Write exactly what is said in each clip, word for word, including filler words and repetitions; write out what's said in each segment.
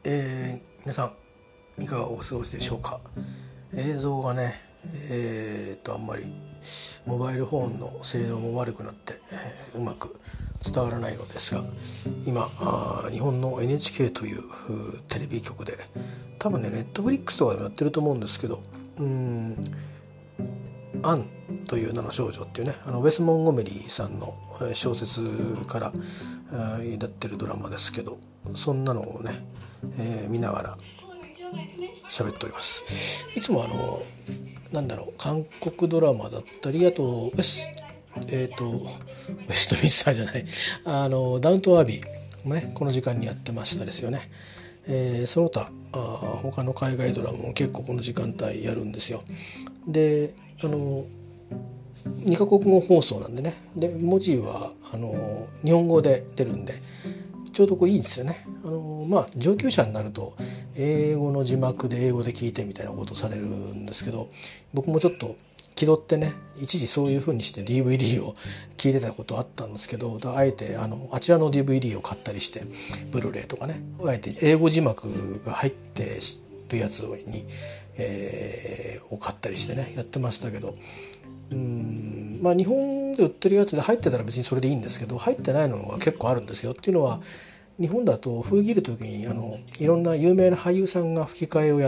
えー、皆さんいかがお過ごしでしょうか。映像がね、えー、とあんまりモバイルフォンの性能も悪くなって、えー、うまく伝わらないのですが、今あ日本の エヌエイチケー というテレビ局で、多分ねネットフリックスとかでもやってると思うんですけど、うーんアンという名の少女っていうね、あのウェス・モンゴメリーさんの小説からやってるドラマですけど、そんなのをね、えー、見ながら喋っております。いつもあのなんだろう韓国ドラマだったり、あとウェスえっ、ー、とウェストミンスターじゃないあのダウントンアビーもねこの時間にやってましたですよね。えー、その他あ他の海外ドラマも結構この時間帯やるんですよ。であのにカ国語放送なんでね、で文字はあの日本語で出るんでちょうどこういいですよね。あのまあ上級者になると英語の字幕で英語で聞いてみたいなことをされるんですけど、僕もちょっと気取ってね一時そういう風にして ディーブイディー を聞いてたことあったんですけど、あえてあのあちらの ディーブイディー を買ったりして、ブルーレイとかね、あえて英語字幕が入ってるやつに、えー、を買ったりしてねやってましたけど、うーんまあ日本で売ってるやつで入ってたら別にそれでいいんですけど、入ってないのが結構あるんですよ。っていうのは、日本だと封切る時にあのいろんな有名な俳優さんが吹き替えをやって、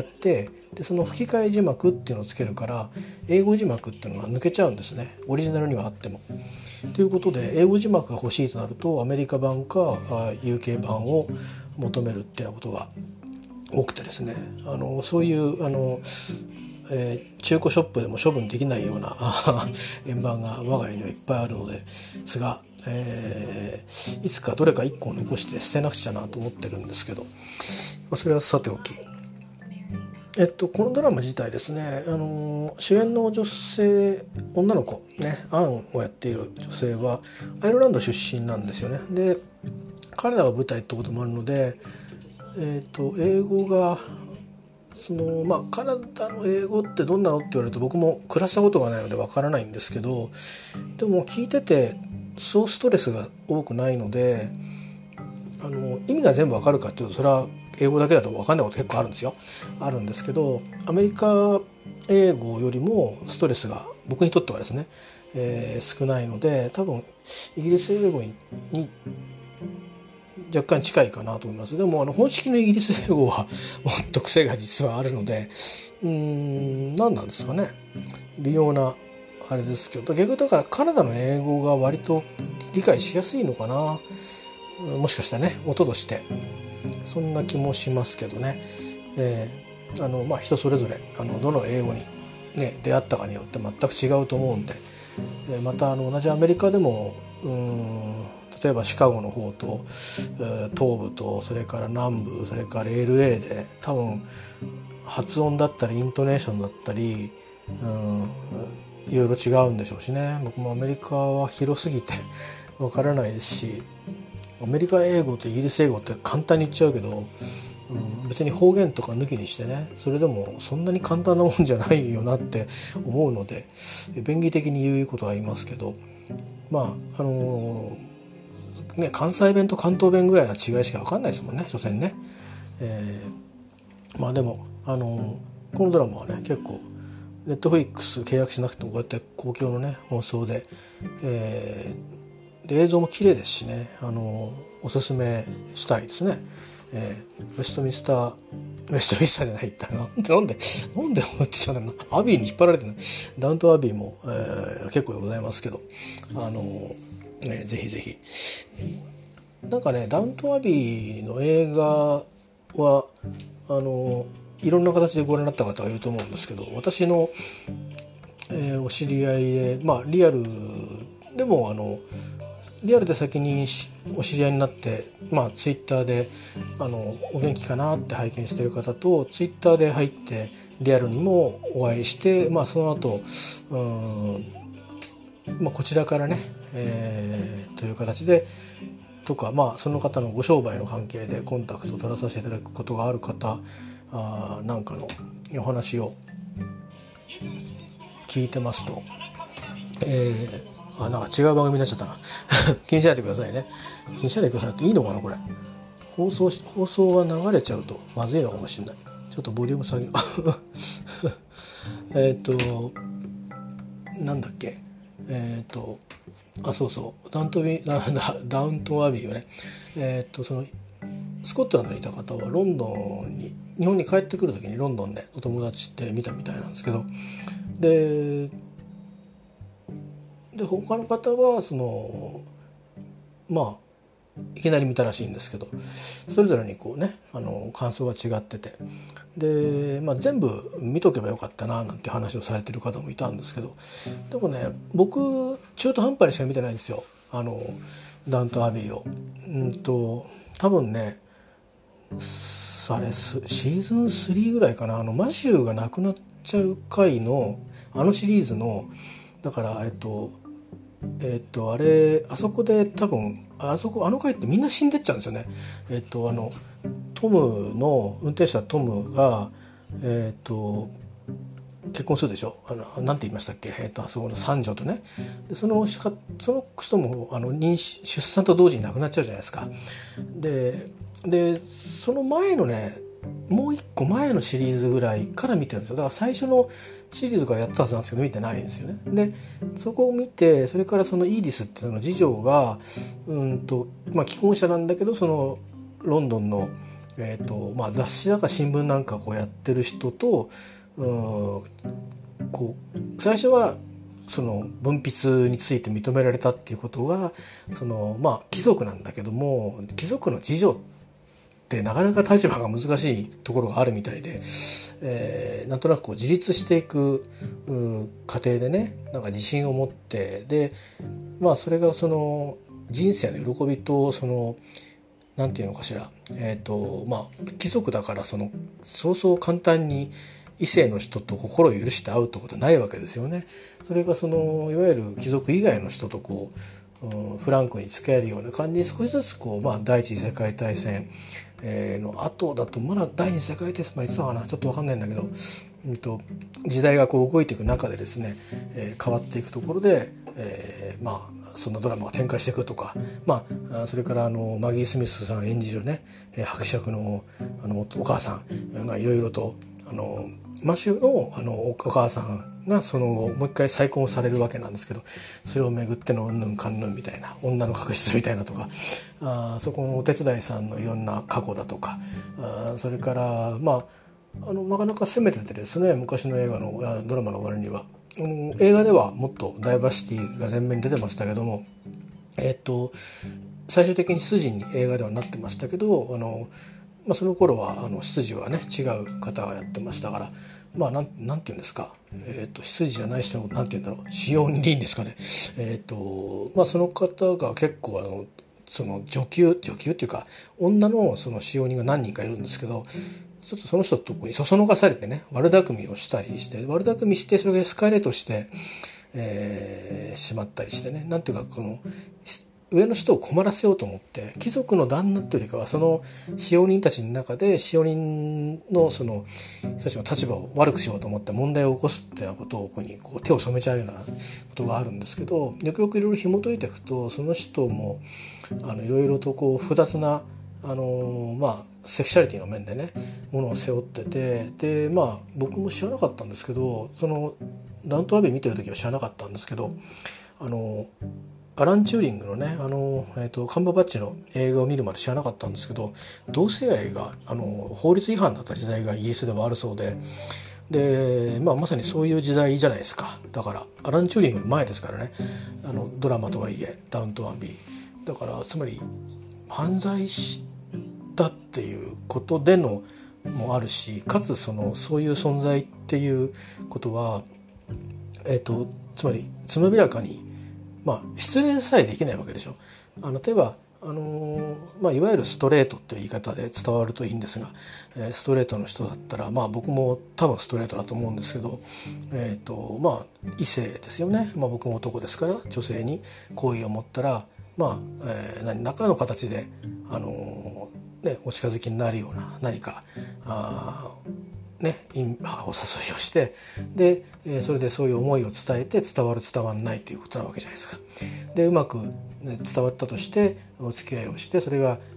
でその吹き替え字幕っていうのをつけるから英語字幕っていうのが抜けちゃうんですね、オリジナルにはあっても。ということで英語字幕が欲しいとなるとアメリカ版か ユーケー 版を求めるっていうようなことが多くてですね、あのそういうあのえー、中古ショップでも処分できないような円盤が我が家にはいっぱいあるのですが、えー、いつかどれかいっこを残して捨てなくちゃなと思ってるんですけど、まあ、それはさておき、えっとこのドラマ自体ですね、あの主演の女性女の子ね、アンをやっている女性はアイルランド出身なんですよね。でカナダが舞台ってこともあるので、えっと英語がそのまあカナダの英語ってどんなのって言われると僕も暮らしたことがないのでわからないんですけど、でも聞いててそうストレスが多くないので、あの意味が全部わかるかっていうとそれは英語だけだと分かんないこと結構あるんですよ。あるんですけど、アメリカ英語よりもストレスが僕にとってはですね、えー、少ないので、多分イギリス英語にに若干近いかなと思います。でもあの本式のイギリス英語はもっと癖が実はあるので、うーん何なんですかね、微妙なあれですけど、逆にだからカナダの英語が割と理解しやすいのかな、もしかしたらね音としてそんな気もしますけどね。えー、あのまあ人それぞれあのどの英語に、ね、出会ったかによって全く違うと思うんで、でまたあの同じアメリカでもうーん例えばシカゴの方と東部とそれから南部それから エルエー で多分発音だったりイントネーションだったりうんいろいろ違うんでしょうしね。僕もアメリカは広すぎてわからないですし、アメリカ英語とイギリス英語って簡単に言っちゃうけど、うん、別に方言とか抜きにしてね、それでもそんなに簡単なもんじゃないよなって思うので、便宜的に言うことは言いますけど、まああのー、ね関西弁と関東弁ぐらいの違いしか分かんないですもんね、所詮ね。えー、まあでもあのー、このドラマはね結構ネットフリックス契約しなくてもこうやって公共のね放送で、えー、で映像も綺麗ですしね、あのおすすめしたいですね。えー、ウェストミンスターウェストミンスターじゃないってなんでなんでなんで思ってちゃうんだろうな、アビーに引っ張られてない、ダウントアビーも、えー、結構でございますけど、あの、ね、ぜひぜひなんかねダウントアビーの映画はあのいろんな形でご覧になった方がいると思うんですけど、私の、えー、お知り合いで、まあリアルでもあのリアルで先にお知り合いになって、まあ、ツイッターであのお元気かなって拝見している方とツイッターで入ってリアルにもお会いして、まあ、その後うん、まあ、こちらからね、えー、という形でとか、まあ、その方のご商売の関係でコンタクトを取らさせていただくことがある方あなんかのお話を聞いてますと、えーあなんか違う番組になっちゃったな気にしないでくださいね。気にしないでくださいっていいのかなこれ。 放送し放送は流れちゃうとまずいのかもしれない。ちょっとボリューム下げえっとなんだっけえっ、とあそうそうダウントビダダウントンアビーをねえっ、とそのスコットランドにいた方はロンドンに日本に帰ってくる時にロンドンでお友達って見たみたいなんですけど、でで他の方はそのまあいきなり見たらしいんですけど、それぞれにこうねあの感想が違ってて、で、まあ、全部見とけばよかったななんて話をされてる方もいたんですけど、でもね僕中途半端にしか見てないんですよ、あのダウントンアビーを。うんと多分ねあれシーズンスリーぐらいかな、あのマシューが亡くなっちゃう回のあのシリーズのだからえっとえっとあれあそこで多分あそこあの回ってみんな死んでっちゃうんですよね。えっとあのトムの運転手のトムがえっと結婚するでしょ、あのなんて言いましたっけ、えっとあそこの三女とね、でそのその人もあの妊娠出産と同時に亡くなっちゃうじゃないですか。ででその前のねもう一個前のシリーズぐらいから見てるんですよ。だから最初のシリーズからやったはずなんですけど見てないんですよね。でそこを見て、それからそのイーディスっていうの次女がうんと、まあ、既婚者なんだけどそのロンドンの、えーとまあ、雑誌だか新聞なんかこうやってる人とうんこう最初はその文筆について認められたっていうことがそのまあ貴族なんだけども、貴族の次女ってなかなか立場が難しいところがあるみたいで、えー、なんとなくこう自立していく過程でねなんか自信を持って、でまあそれがその人生の喜びとそのなんていうのかしら、えーとまあ貴族だからそのそうそう簡単に異性の人と心を許して会うってことはないわけですよね。それがそのいわゆる貴族以外の人とこう、うん、フランクに付き合えるような感じに少しずつこう、まあ、第一次世界大戦、えー、の後だとまだ第二次世界大戦までいつだかなちょっと分かんないんだけど、うんと、時代がこう動いていく中でですね、えー、変わっていくところで、えー、まあそんなドラマが展開していくとか、まあ、それからあのマギー・スミスさん演じるね伯爵のあのお母さんがいろいろとあのマシューのあのお母さんがその後もう一回再婚をされるわけなんですけど、それをめぐってのうんぬんかんぬんみたいな女の確執みたいなとか、あそこのお手伝いさんのいろんな過去だとか、あそれからまああのなかなか攻めててですね、昔の映画のドラマの割にはあの映画ではもっとダイバーシティが前面に出てましたけども、えっと最終的に出陣に映画ではなってましたけど、あのまあ、その頃はあの執事はね違う方がやってましたから、まあなんなんていうんですか、えー、と執事じゃない人のなんていうんだろう、使用人でいいんですかね、えっ、とまあその方が結構あのその女給女給っていうか女のその使用人が何人かいるんですけど、ちょっとその人とこにそそのかされてね悪巧みをしたりして、悪巧みしてそれがエスカレートして、えー、しまったりしてね、なんていうかこの上の人を困らせようと思って貴族の旦那というよりかはその使用人たちの中で使用人のその人たちの立場を悪くしようと思って問題を起こすっていうようなことをここにこう手を染めちゃうようなことがあるんですけど、よくよくいろいろ紐解いていくとその人もあのいろいろとこう複雑なあのまあセクシャリティの面でねものを背負ってて、でまあ僕も知らなかったんですけど、そのダウントンアビー見てる時は知らなかったんですけど、あのアラン・チューリングのねあの、えーと、カンバーバッチの映画を見るまで知らなかったんですけど、同性愛があの法律違反だった時代がイギリスではあるそうで、で、まあ、まさにそういう時代じゃないですか。だからアラン・チューリングの前ですからね、あのドラマとはいえダウントンアビーだから、つまり犯罪したっていうことでのもあるし、かつそのそういう存在っていうことは、えーと、つまりつまびらかにまあ、失恋さえできないわけでしょ。あの例えば、あのーまあ、いわゆるストレートという言い方で伝わるといいんですが、えー、ストレートの人だったら、まあ、僕も多分ストレートだと思うんですけど、えーとまあ、異性ですよね、まあ、僕も男ですから女性に好意を持ったら、まあえー、何らかの形で、あのーね、お近づきになるような何かあね、お誘いをして、でそれでそういう思いを伝えて伝わる伝わらないということなわけじゃないですか。でうまく伝わったとしてお付き合いをして、それが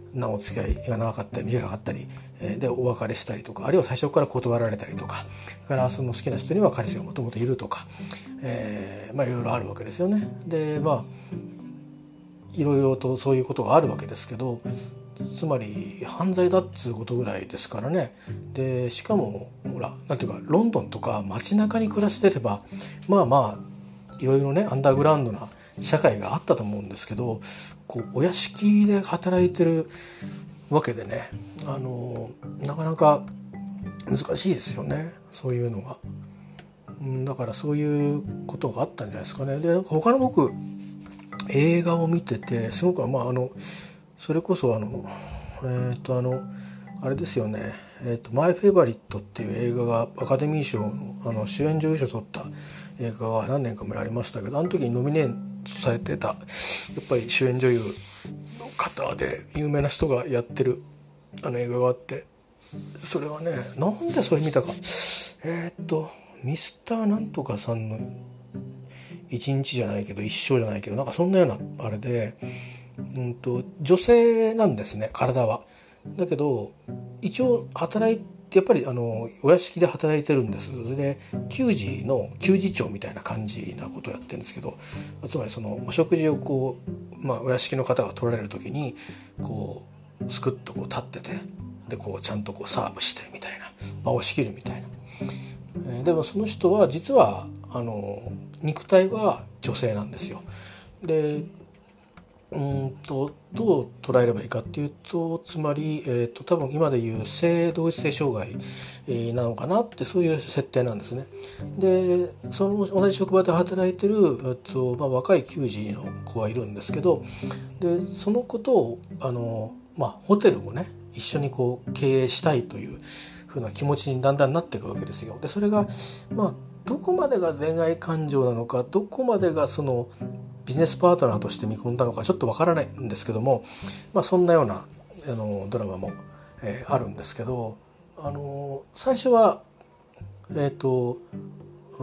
なお付き合いが長かったり短かったりでお別れしたりとか、あるいは最初から断られたりとか、からその好きな人には彼氏がもともといるとか、えー、まあいろいろあるわけですよね。でまあいろいろとそういうことがあるわけですけど、つまり犯罪だっつうことぐらいですからね。でしかもほらなんていうか、ロンドンとか街中に暮らしてればまあまあいろいろねアンダーグラウンドな社会があったと思うんですけど、こうお屋敷で働いてるわけでね、あのなかなか難しいですよね、そういうのが。うん、だからそういうことがあったんじゃないですかね。でなんか他の僕映画を見ててすごくまああのそれこそあのえっとあのあれですよね、えーと、マイ・フェイバリットっていう映画がアカデミー賞の、あの主演女優賞を取った映画が何年か前にありましたけど、あの時にノミネートされてたやっぱり主演女優の方で有名な人がやってるあの映画があって、それはねなんでそれ見たか、えっとミスターなんとかさんの一日じゃないけど一生じゃないけどなんかそんなようなあれで、うんと女性なんですね体は。だけど一応働いてやっぱりあのお屋敷で働いてるんです。それで給仕の給仕長みたいな感じなことをやってるんですけど、つまりそのお食事をこう、まあ、お屋敷の方が取られる時にこうスクッとこう立ってて、でこうちゃんとこうサーブしてみたいな、場を仕切るみたいな。えー、でもその人は実はあの肉体は女性なんですよ。でうんとどう捉えればいいかっていうと、つまり、えー、と多分今でいう性同一性障害、えー、なのかなって、そういう設定なんですね。でその同じ職場で働いてる、えーとまあ、若い給仕の子がいるんですけど、でそのことをあの、まあ、ホテルをね一緒にこう経営したいというふうな気持ちにだんだんなっていくわけですよ。でそれがまあどこまでが恋愛感情なのか、どこまでがそのビジネスパートナーとして見込んだのかちょっとわからないんですけども、まあ、そんなようなあのドラマも、えー、あるんですけど、あの最初は、えーとうん、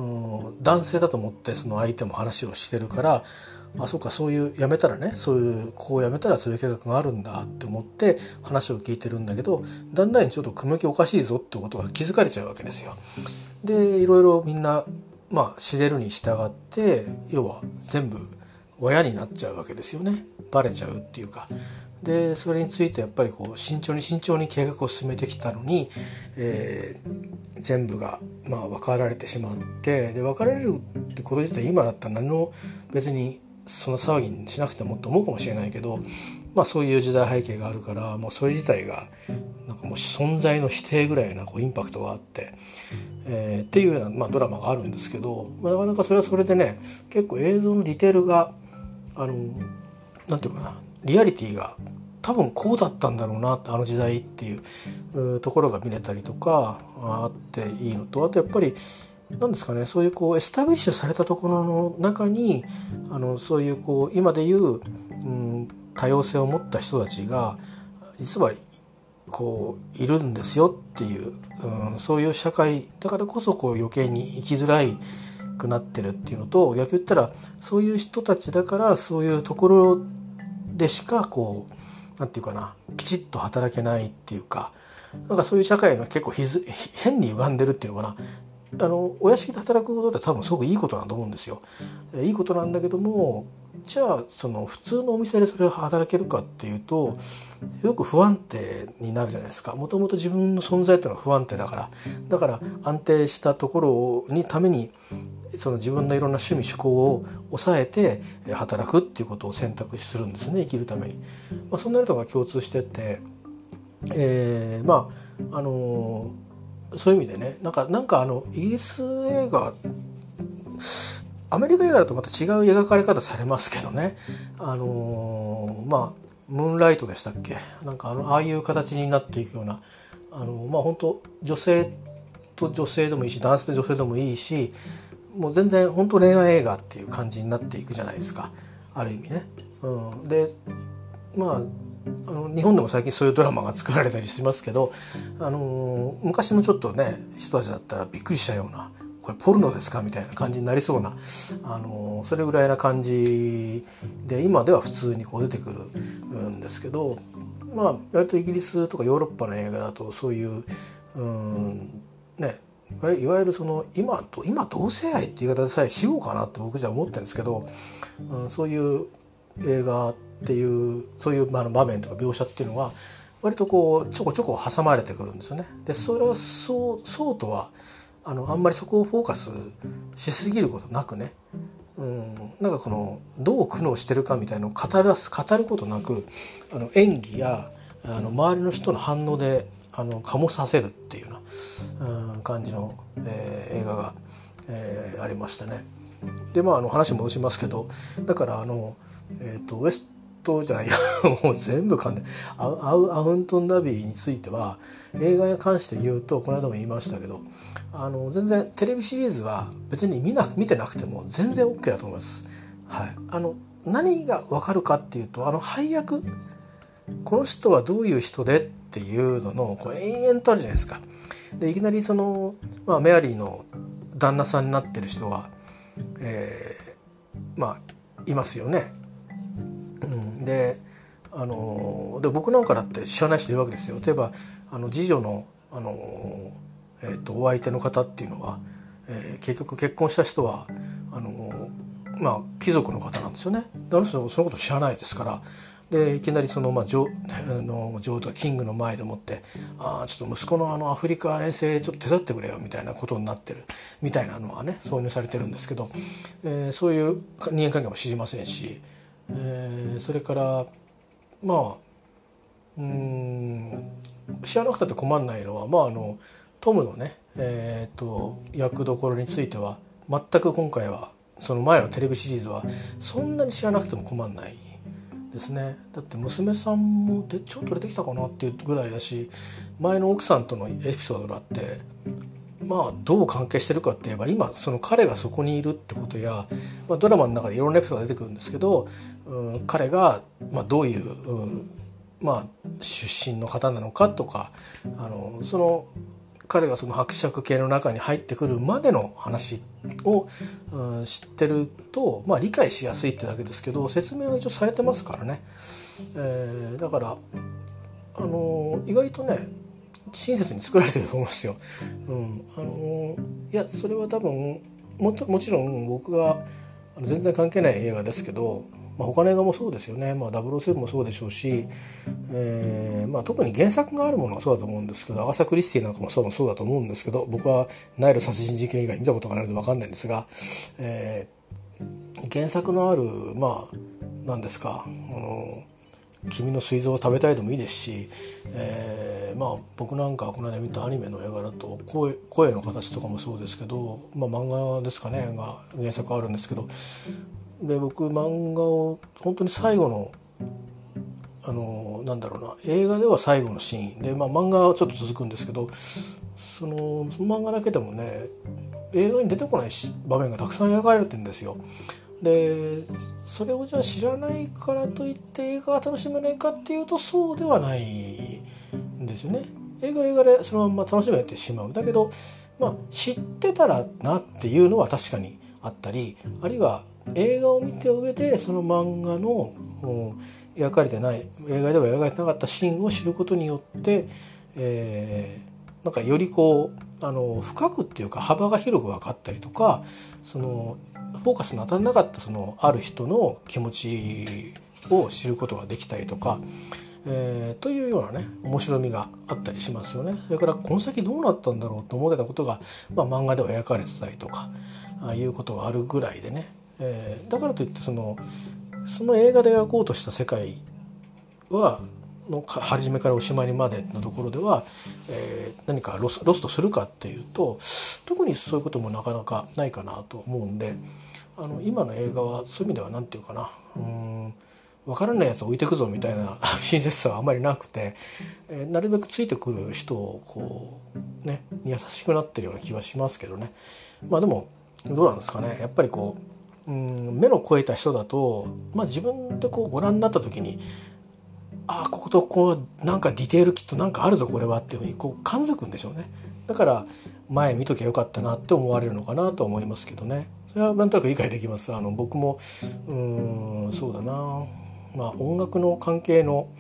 男性だと思ってその相手も話をしてるから、あそうかそういうやめたらねそういうここをやめたらそういう計画があるんだって思って話を聞いてるんだけど、だんだんにちょっと雲行きおかしいぞってことが気づかれちゃうわけですよ。でいろいろみんなまあ知れるに従って要は全部親になっちゃうわけですよね。バレちゃうっていうか。でそれについてやっぱりこう慎重に慎重に計画を進めてきたのに、えー、全部がまあ分かられてしまって、で別れるってこと自体今だったら何の別にその騒ぎにしなくてもと思うかもしれないけど、まあそういう時代背景があるから、もうそれ自体がなんかもう存在の否定ぐらいなこうインパクトがあって、えー、っていうような、まあ、ドラマがあるんですけど、まあ、なかなかそれはそれでね結構映像のディテールがあのなんていうかな、リアリティが多分こうだったんだろうなって、あの時代っていうところが見れたりとかあっていいのと、あとやっぱりなんですかね、そういうこうエスタブリッシュされたところの中にあのそういうこう今でいう、うん、多様性を持った人たちが実はこういるんですよっていう、うん、そういう社会だからこそこう余計に生きづらいくなってるっていうのと、逆言ったらそういう人たちだからそういうところでしかこうなんていうかな、きちっと働けないっていうか、なんかそういう社会が結構ひず変に歪んでるっていうのかな。あのお屋敷で働くことって多分すごくいいことなんと思うんですよ。いいことなんだけども、じゃあその普通のお店でそれを働けるかっていうとすごく不安定になるじゃないですか。もともと自分の存在っていうのは不安定だから、だから安定したところにためにその自分のいろんな趣味趣向を抑えて働くっていうことを選択するんですね、生きるために。まあ、そんなことが共通してて、えー、まああのー、そういう意味でね、なんかなんかあのイギリス映画、アメリカ映画だとまた違う描かれ方されますけどね、あのー、まあムーンライトでしたっけ、なんかあのああいう形になっていくような、あのまあ本当女性と女性でもいいし男性と女性でもいいし、もう全然本当恋愛映画っていう感じになっていくじゃないですか、ある意味ね。うん、でまああの日本でも最近そういうドラマが作られたりしますけど、あの昔のちょっとね人たちだったらびっくりしたような、これポルノですかみたいな感じになりそうな、あのそれぐらいな感じで今では普通にこう出てくるんですけど、 まあ割とイギリスとかヨーロッパの映画だとそういううんねいわゆるその今と今同性愛って言い方でさえしようかなって僕じゃ思ってるんですけど、うん、そういう映画っていうそういうまあ場面とか描写っていうのは割とこうちょこちょこ挟まれてくるんですよね。でそれはそうそうとはあのあんまりそこをフォーカスしすぎることなくね、うん、なんかこのどう苦悩してるかみたいなのを語らす語ることなくあの演技やあの周りの人の反応であの醸させるっていうような、うん、感じの、えー、映画が、えー、ありましたね。でまああの話戻しますけどだからあの、えー、とウエストじゃないもう全部噛んでアウアウアウントンダビーについては映画に関して言うとこの間も言いましたけどあの全然テレビシリーズは別に見な見てなくても全然 OK だと思います。はい、あの何が分かるかっていうとあの配役この人はどういう人でっていうののこう延々とあるじゃないですか。でいきなりその、まあ、メアリーの旦那さんになってる人が、えー、まあいますよね。うん、であので僕なんかだって知らない人いるわけですよ。例えばあの次女の、あの、えー、とお相手の方っていうのは、えー、結局結婚した人はあの、まあ、貴族の方なんですよね。あの人そのこと知らないですからでいきなりその、まあ、女の女王とかキングの前でもってあちょっと息子のあのアフリカ遠征ちょっと手伝ってくれよみたいなことになってるみたいなのはね挿入されてるんですけど、えー、そういう人間関係も知りませんし、えー、それからまあうーん知らなくたって困んないのは、まあ、あのトムのね、えー、と役どころについては全く今回はその前のテレビシリーズはそんなに知らなくても困んないですね。だって娘さんもでちょっと出てきたかなっていうぐらいだし前の奥さんとのエピソードがあってまあどう関係してるかって言えば今その彼がそこにいるってことや、まあ、ドラマの中でいろんなエピソードが出てくるんですけど、うん、彼が、まあ、どういう、うん、まあ出身の方なのかとかあのその彼がその伯爵系の中に入ってくるまでの話を、うん、知ってると、まあ、理解しやすいってだけですけど説明は一応されてますからね、えー、だからあの意外とね親切に作られてると思うんですよ。うん、あのいやそれは多分もともちろん僕が全然関係ない映画ですけど、まあ、他の映画もそうですよね、まあ、ダブルオーセブンもそうでしょうし、えーまあ、特に原作があるものはそうだと思うんですけどアガサ・クリスティなんかもそうそうだと思うんですけど僕はナイル殺人事件以外見たことがないので分かんないんですが、えー、原作のあるまあ何ですかあの君の膵臓を食べたいでもいいですし、えー、まあ僕なんかこの間見たアニメの映画だと 声, 声の形とかもそうですけど、まあ、漫画ですかねが原作あるんですけどで僕漫画を本当に最後のあのなんだろうな映画では最後のシーンで、まあ、漫画はちょっと続くんですけどそのその漫画だけでもね映画に出てこない場面がたくさん描かれてるんですよ。でそれをじゃあ知らないからといって映画が楽しめないかっていうとそうではないんですよね。映画映画でそのまま楽しめてしまうだけど、まあ、知ってたらなっていうのは確かにあったりあるいは映画を見た上でその漫画の描かれてない映画では描かれてなかったシーンを知ることによって、えー、なんかよりこうあの深くっていうか幅が広く分かったりとかそのフォーカスの当たらなかったそのある人の気持ちを知ることができたりとか、えー、というようなね面白みがあったりしますよね。それからこの先どうなったんだろうと思ってたことが、まあ、漫画では描かれてたりとかああいうことがあるぐらいでね、えー、だからといってそのその映画で描こうとした世界はの初めからおしまいまでのところでは、えー、何かロス、ロストするかっていうと特にそういうこともなかなかないかなと思うんであの今の映画はそういう意味では何て言うかなうーん分からないやつ置いてくぞみたいな親切さはあまりなくて、えー、なるべくついてくる人をこうね優しくなってるような気はしますけどね。まあでもどうなんですかねやっぱりこう、うん、目の肥えた人だと、まあ、自分でこうご覧になった時にああこことこうなんかディテールきっとなんかあるぞこれはっていうふうにこう感づくんでしょうね。だから前見ときゃよかったなって思われるのかなと思いますけどね。それはなんとなく理解できます。あの僕もうーんそうだなまあ音楽の関係の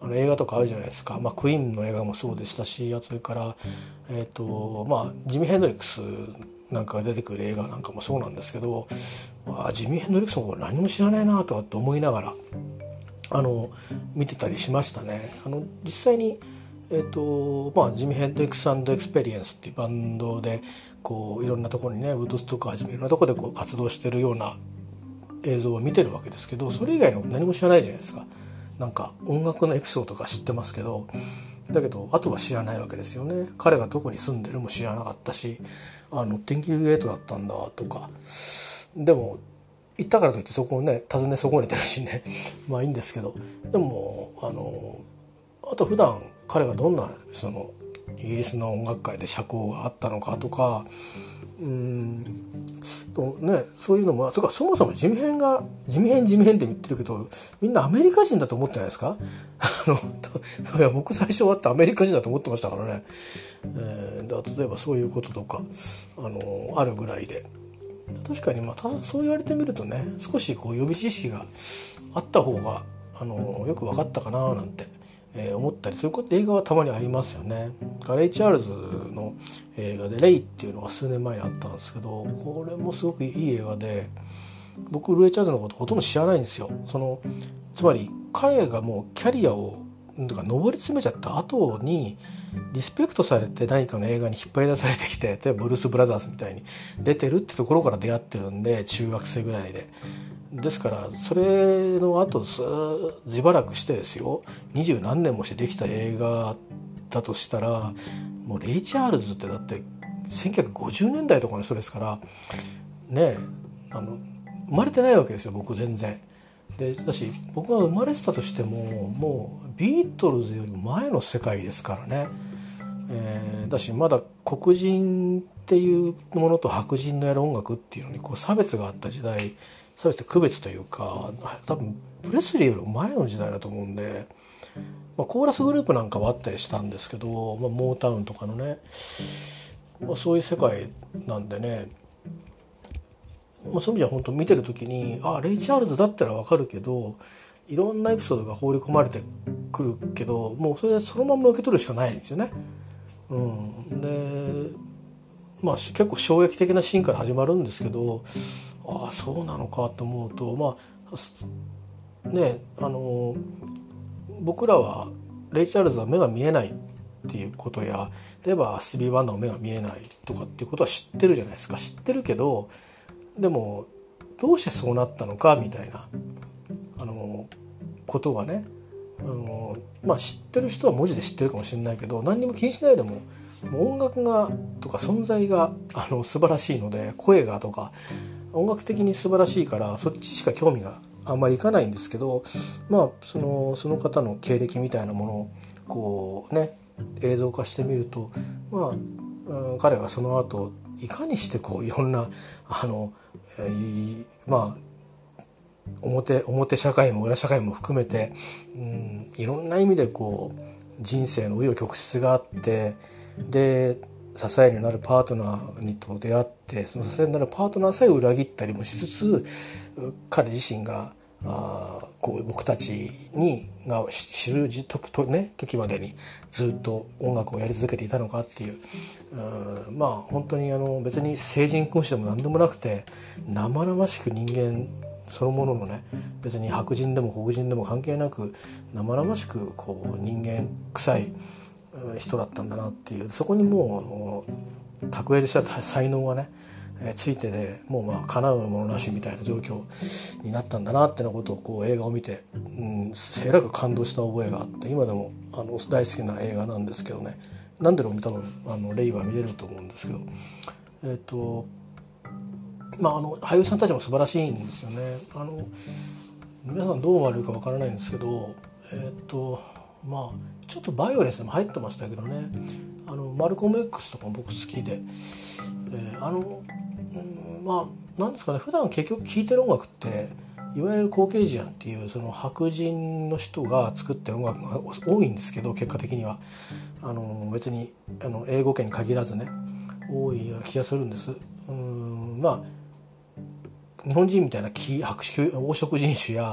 あの映画とかあるじゃないですか、まあ、クイーンの映画もそうでしたし、あとそれから、えーとまあ、ジミー・ヘンドリックスなんかが出てくる映画なんかもそうなんですけど、あジミー・ヘンドリックスも何も知らないなとかって思いながらあの見てたりしましたね。あの実際に、えーとまあ、ジミー・ヘンドリックス&エクスペリエンスっていうバンドでこういろんなところにねウッドストックをはじめいろんなところでこう活動してるような映像を見てるわけですけど、それ以外の何も知らないじゃないですか。なんか音楽のエピソードとか知ってますけど、だけどあとは知らないわけですよね。彼がどこに住んでるも知らなかったし、あの天気ゲートだったんだとか、でも行ったからといってそこをね訪ね損ねてるしねまあいいんですけど、でもあのあと普段彼がどんなそのイギリスの音楽界で社交があったのかとか、うーんとね、そういうのも、それからそもそも地味編が地味編地味編って言ってるけど、みんなアメリカ人だと思ってないですか？あのいや僕最初はってアメリカ人だと思ってましたからね。えー、例えばそういうこととかあのあるぐらいで、確かにまたそう言われてみるとね、少しこう予備知識があった方があのよく分かったかななんて、えー、思ったり、そういうこと映画はたまにありますよね。レイ・チャールズの映画でレイっていうのが数年前にあったんですけど、これもすごくいい映画で、僕レイ・チャールズのことほとんど知らないんですよ。そのつまり彼がもうキャリアをなんか上り詰めちゃった後にリスペクトされて何かの映画に引っ張り出されてきて、例えばブルース・ブラザーズみたいに出てるってところから出会ってるんで、中学生ぐらいで。ですからそれの後しばらくしてですよ、二十何年もしてできた映画だとしたら、もうレイ・チャールズってだってせんきゅうひゃくごじゅうねんだいとかの人ですからね、あの生まれてないわけですよ、僕全然。でだし僕が生まれてたとしてももうビートルズよりも前の世界ですからね。えー、だしまだ黒人っていうものと白人のやる音楽っていうのにこう差別があった時代、差別って区別というか、多分プレスリーよりも前の時代だと思うんで、まあ、コーラスグループなんかはあったりしたんですけど、まあ、モータウンとかのね、まあ、そういう世界なんでね、まあ、そういう意味じゃ本当見てる時に、あレイ・チャールズだったら分かるけど、いろんなエピソードが放り込まれてくるけど、もうそれそのまま受け取るしかないんですよね。うん、でまあ結構衝撃的なシーンから始まるんですけど、ああそうなのかと思うと、まあねあの僕らはレイ・チャールズは目が見えないっていうことや、例えばスティービー・ワンダーも目が見えないとかっていうことは知ってるじゃないですか。知ってるけど、でもどうしてそうなったのかみたいなあのことがね、あのまあ知ってる人は文字で知ってるかもしれないけど、何にも気にしないでも音楽がとか存在があの素晴らしいので、声がとか音楽的に素晴らしいからそっちしか興味があんまりいかないんですけど、まあそのその方の経歴みたいなものをこうね映像化してみると、まあ、うん、彼がその後いかにしてこういろんなあの、えー、まあ表表社会も裏社会も含めて、うん、いろんな意味でこう人生の紆余曲折があって、で支えになるパートナーにと出会って、その支えになるパートナーさえ裏切ったりもしつつ、彼自身があこう僕たちにが知る時と、ね、時までにずっと音楽をやり続けていたのかっていう、うん、まあ本当にあの別に聖人君子でも何でもなくて、生々しく人間そのもののね、別に白人でも黒人でも関係なく生々しくこう人間臭い人だったんだなっていう、そこにもう卓越した才能がねついてで、もうまあ叶うものなしみたいな状況になったんだなってなことをこう映画を見て、うん、えらく感動した覚えがあって、今でもあの大好きな映画なんですけどね。何でも多分あのレイは見れると思うんですけど、えっとまああの俳優さんたちも素晴らしいんですよね。あの皆さんどう思われるかわからないんですけど、えっとまあちょっとバイオレンスも入ってましたけどね、あのマルコム X とかも僕好きで、えー、あの、うん、まあなんですかね、普段結局聴いてる音楽っていわゆるコーケージアンっていうその白人の人が作ってる音楽が多いんですけど、結果的にはあの別にあの英語圏に限らずね多い気がするんです。うん、まあ日本人みたいな黄白種黄色人種や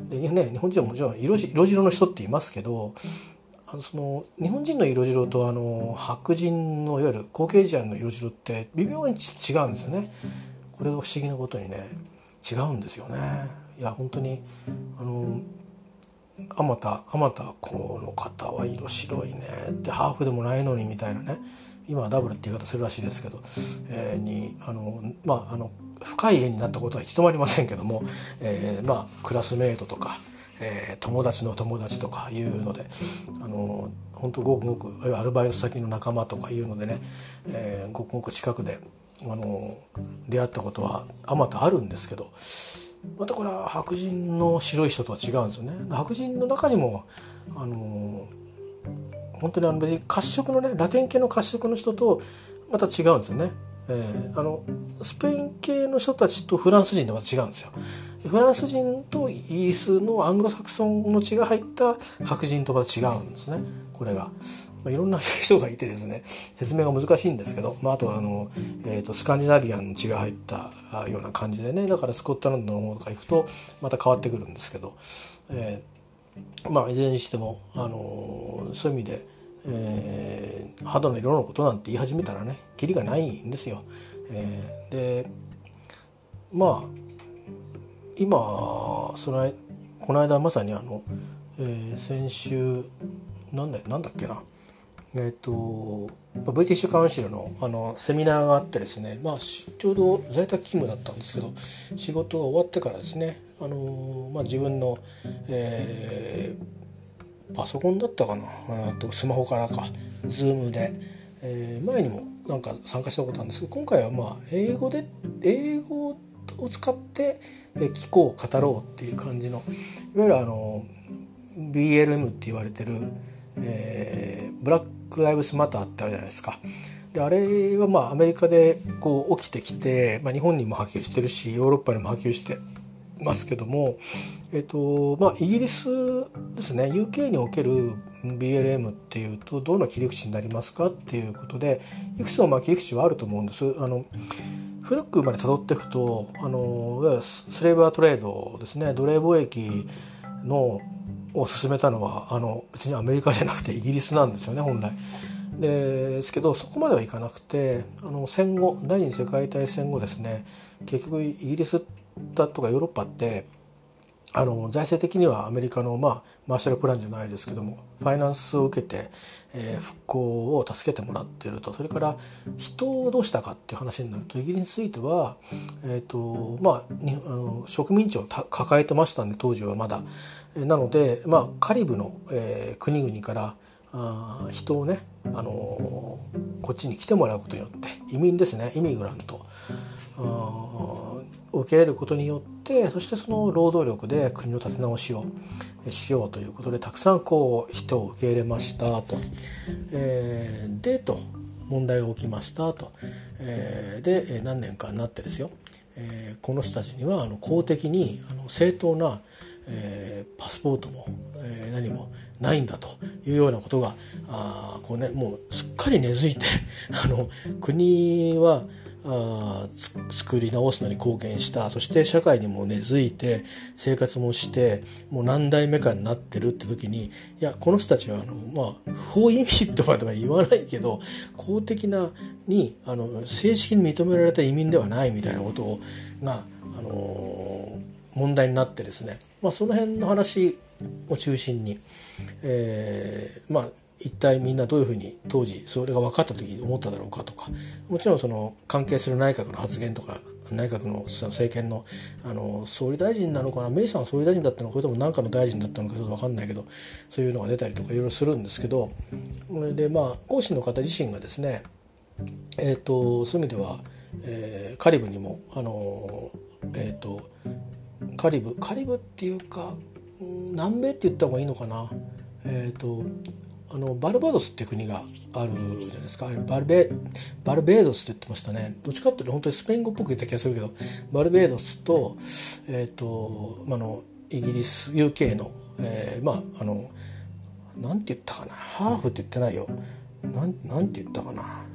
で、ね、日本人はもちろん色色白の人っていますけど、あのその日本人の色白とあの白人のいわゆるコーケージアンの色白って微妙に違うんですよね。これが不思議なことにね違うんですよね。いや本当にあのあまたあまたこの方は色白いねってハーフでもないのにみたいなね、今はダブルって言い方するらしいですけど、えー、にあのまああの深い縁になったことは一度もありませんけども、えー、まあクラスメートとか、えー、友達の友達とかいうので、あの本当ごくごくあるいはアルバイト先の仲間とかいうのでね、えー、ごくごく近くであの出会ったことはあまたあるんですけど、またこれは白人の白い人とは違うんですよね。白人の中にもあの本当にあの別に褐色のねラテン系の褐色の人とまた違うんですよね。えー、あのスペイン系の人たちとフランス人とは違うんですよ。フランス人とイギリスのアングロサクソンの血が入った白人とは違うんですね。これが、まあ、いろんな人がいてですね説明が難しいんですけど、まあ、あとはあの、えーと、スカンジナビアンの血が入ったような感じでね、だからスコットランドの方とか行くとまた変わってくるんですけど、えー、まあいずれにしても、あのー、そういう意味でえー、肌の色のことなんて言い始めたらねキリがないんですよ。えー、でまあ今そのこの間まさにあの、えー、先週なんだなんだっけなえっとブリティッシュカウンシルのあのセミナーがあってですね、まあちょうど在宅勤務だったんですけど、仕事が終わってからですね、あのまあ自分の、えーパソコンだったかな、あとスマホからか Zoom で、えー、前にもなんか参加したことあるんですけど、今回はまあ英語で英語を使って聞こう語ろうっていう感じの、いわゆるあの ビーエルエム って言われてる、えー、ブラックライブスマターってあるじゃないですか。であれはまあアメリカでこう起きてきて、まあ、日本にも波及してるしヨーロッパにも波及してますけども、えっとまあ、イギリスですね ユーケー における ビーエルエム っていうとどんな切り口になりますかっていうことで、いくつもまあ切り口はあると思うんです。あの古くまで辿っていくとあのスレーバートレードですね、奴隷貿易のを進めたのはあの別にアメリカじゃなくてイギリスなんですよね本来。ですけどそこまではいかなくて、あの戦後第二次世界大戦後ですね、結局イギリスだとかヨーロッパってあの財政的にはアメリカの、まあ、マーシャルプランじゃないですけどもファイナンスを受けて、えー、復興を助けてもらっていると。それから人をどうしたかっていう話になるとイギリスについては、えーとまあ、にあの植民地を抱えてましたんで当時はまだ、えー、なので、まあ、カリブの、えー、国々からあ人をね、あのー、こっちに来てもらうことによって移民ですね、イミグラントを受け入れることによって、そしてその労働力で国の立て直しをしようということでたくさんこう人を受け入れましたと、えー、でと問題が起きましたと、えー、で何年かになってですよ、えー、この人たちにはあの公的にあの正当な、えー、パスポートも、えー、何もないんだというようなことがあこう、ね、もうすっかり根付いてあの国はあ作り直すのに貢献した。そして社会にも根付いて生活もしてもう何代目かになってるって時に、いやこの人たちはあの、まあ、不法移民とまでは言わないけど公的なにあの正式に認められた移民ではないみたいなことをが、あのー、問題になってですね、まあ、その辺の話を中心に、えー、まあ一体みんなどういうふうに当時それが分かった時に思っただろうかとか、もちろんその関係する内閣の発言とか内閣の政権の、あの総理大臣なのかな、メイさんは総理大臣だったのかそれとも何かの大臣だったのかちょっと分かんないけど、そういうのが出たりとかいろいろするんですけど、でまあ講師の方自身がですね、えー、とそういう意味では、えー、カリブにもあのえっ、ー、とカリブカリブっていうか南米って言った方がいいのかな、えっ、ー、とあのバルバドスっていう国があるじゃないですか。バルベバルベードスって言ってましたね。どっちかっていうと本当にスペイン語っぽく言った気がするけど、バルベードスとえっ、ー、とあのイギリス ユーケー の、えー、まああのなんて言ったかな、ハーフって言ってないよ。なんなんて言ったかな。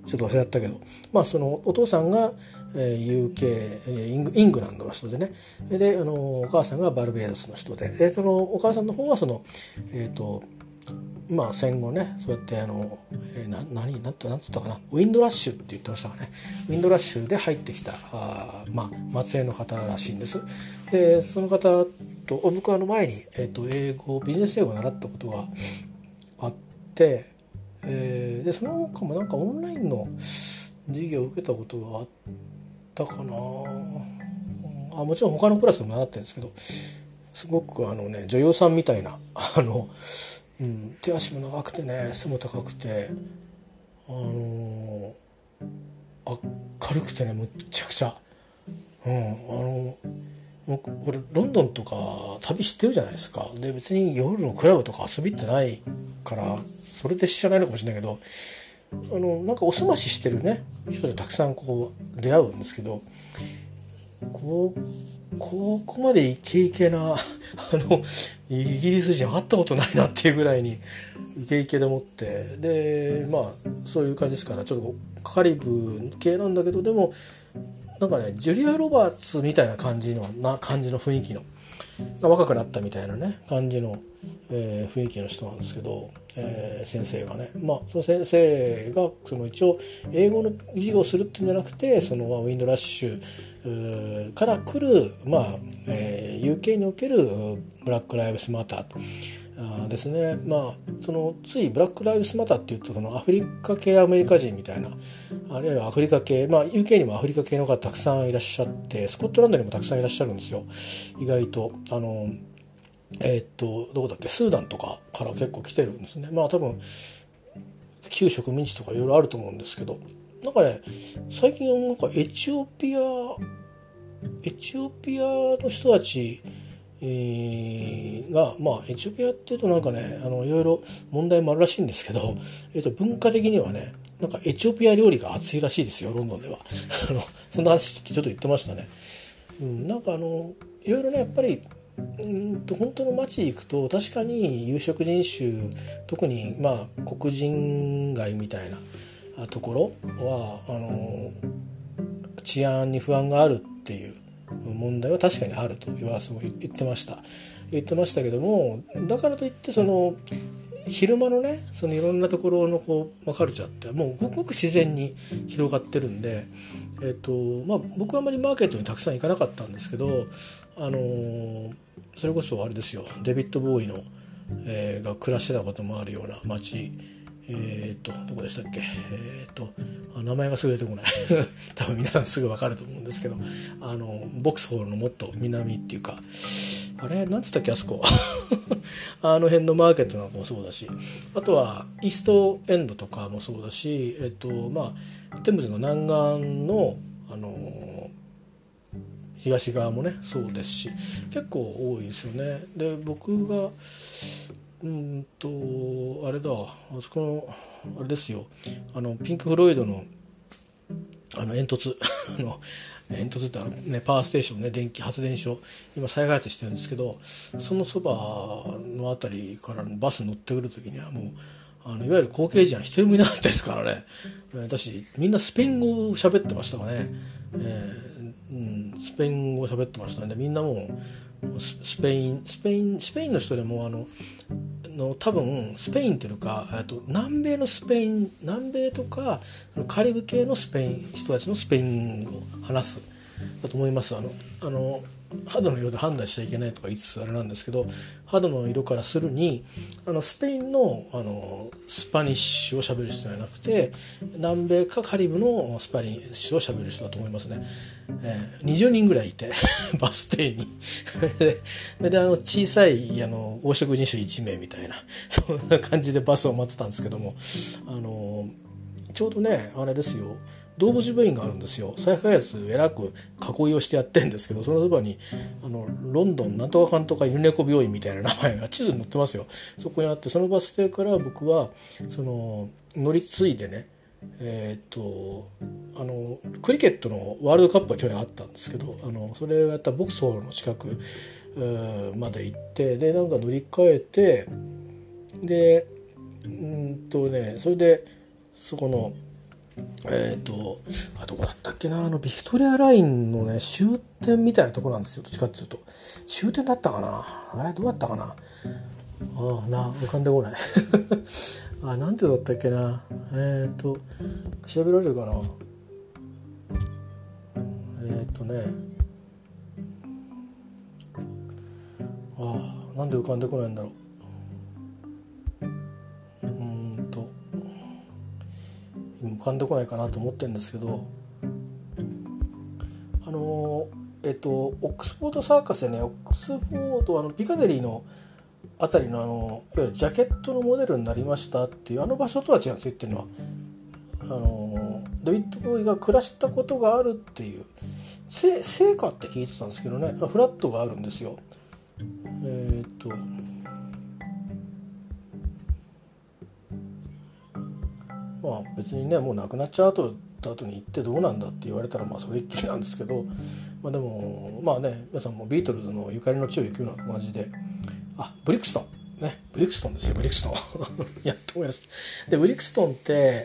ちょっと忘れちゃったけど、まあそのお父さんが ユーケー イング、イングランドの人でね、であのお母さんがバルベードスの人で、でそのお母さんの方はそのえっ、ー、とまあ戦後ね、そうやってあの、えー、な何なんてなんつったかな、ウィンドラッシュって言ってましたかね。ウィンドラッシュで入ってきたあ、まあ、末裔の方らしいんです。でその方と僕はあの前に、えー、と英語ビジネス英語を習ったことがあって、えー、でその他もなんかオンラインの授業を受けたことがあったかな。あ、もちろん他のクラスでも習ってるんですけど、すごくあのね女優さんみたいなあの、うん、手足も長くてね背も高くて、あのー、明るくてねむっちゃくちゃ、うん、あの僕これロンドンとか旅してるじゃないですか。で別に夜のクラブとか遊びってないからそれで知らないのかもしれないけど、あのなんかおすまししてるね人でたくさんこう出会うんですけど、こうここまでイケイケなあのイギリス人会ったことないなっていうぐらいにイケイケでもって、でまあそういう感じですから、ちょっとカリブ系なんだけど、でもなんかねジュリア・ロバーツみたいな感じのな感じの雰囲気の若くなったみたいなね感じの、えー、雰囲気の人なんですけど、えー、先生がね、まあその先生がその一応英語の授業をするっていうんじゃなくて、そのウィンドラッシュから来る、まあえー、ユーケー におけるブラック・ライブスマターとあですね。まあそのついブラック・ライブスマターっていうと、そのアフリカ系アメリカ人みたいな、あるいはアフリカ系、まあ ユーケー にもアフリカ系の方たくさんいらっしゃって、スコットランドにもたくさんいらっしゃるんですよ、意外と。あのえー、っとどこだっけ、スーダンとかから結構来てるんですね。まあ多分旧植民地とかいろいろあると思うんですけど、なんかね最近なんかエチオピアエチオピアの人たちえー、がまあエチオピアっていうとなんかねあのいろいろ問題もあるらしいんですけど、えー、と文化的にはねなんかエチオピア料理が熱いらしいですよ、ロンドンではあのそんな話ちょっと言ってましたね。うん、なんかあのいろいろねやっぱりうんと本当の街行くと確かに有色人種、特にまあ黒人街みたいなところはあの治安に不安があるっていう問題は確かにあるとはすごい言ってました言ってましたけども、だからといってその昼間のねそのいろんなところのこうカルチャーってもうごくごく自然に広がってるんで、えっとまあ僕はあまりマーケットにたくさん行かなかったんですけど、あのー、それこそあれですよ、デビッド・ボーイの、えー、が暮らしてたこともあるような街、えっとどこでしたっけ、えっと名前がすぐ出てこない多分皆さんすぐ分かると思うんですけど、あのボクスホールのもっと南っていうか、あれなんつったっけあそこあの辺のマーケットなんかもそうだし、あとはイーストエンドとかもそうだし、えっとまあテムズの南岸のあの東側もねそうですし、結構多いですよね。で僕がうんとあれだあそこのあれですよ、あのピンク・フロイドのあの煙突あの煙突ってあの、ね、パワーステーションね、電気発電所今再開発してるんですけど、そのそばの辺りからバス乗ってくる時にはもうあのいわゆる後継人は一人もいなかったですからね。私みんなスペイン語を喋ってましたかね、えーうん、スペイン語を喋ってましたんで、みんなもうスペインスペインスペインの人でもあのの多分スペインっていうかと南米のスペイン南米とかカリブ系のスペイン人たちのスペインを話すだと思います。あのあの肌の色で判断しちゃいけないとか言いつつあれなんですけど、肌の色からするにあのスペインの、あのスパニッシュを喋る人じゃなくて南米かカリブのスパニッシュを喋る人だと思いますね。えー、にじゅうにんぐらいいてバス停にでであの小さいあの黄色人種いち名みたいなそんな感じでバスを待ってたんですけども、あのちょうどねあれですよ、動物病院があるんですよ。再開発えらく囲いをしてやってるんですけど、そのそばにあのロンドンなんとかかんとか犬猫病院みたいな名前が地図に載ってますよ。そこにあって、そのバス停から僕はその乗り継いでね、えー、っとあのクリケットのワールドカップが去年あったんですけど、あのそれをやったボクソールの近くまで行って、でなんか乗り換えて、でうんとねそれでそこのえっ、ー、とあどこだったっけな、あのビクトリアラインのね終点みたいなところなんですよ。どっちかっていうと終点だったかな、あれどうだったかな、ああな浮かんでこないあなんてだったっけな、えっ、ー、と調べられるかな、えっ、ー、とねああなんで浮かんでこないんだろう、うーんと浮かんでこないかなと思ってるんですけど、あのえっとオックスフォードサーカスでね、オックスフォードあのピカデリーのあたりのあのいわゆるジャケットのモデルになりましたっていうあの場所とは違うんですよ。言ってるのはあのデビッド・ボーイが暮らしたことがあるっていうせ成果って聞いてたんですけどね、フラットがあるんですよ。えっとまあ別にねもう亡くなっちゃう後だ後に行ってどうなんだって言われたらまあそれっきりなんですけど、まあでもまあね皆さんもビートルズのゆかりの地を行くような感じで、あブリクストンねブリクストンですよブリクストンやっと思います。でブリクストンって、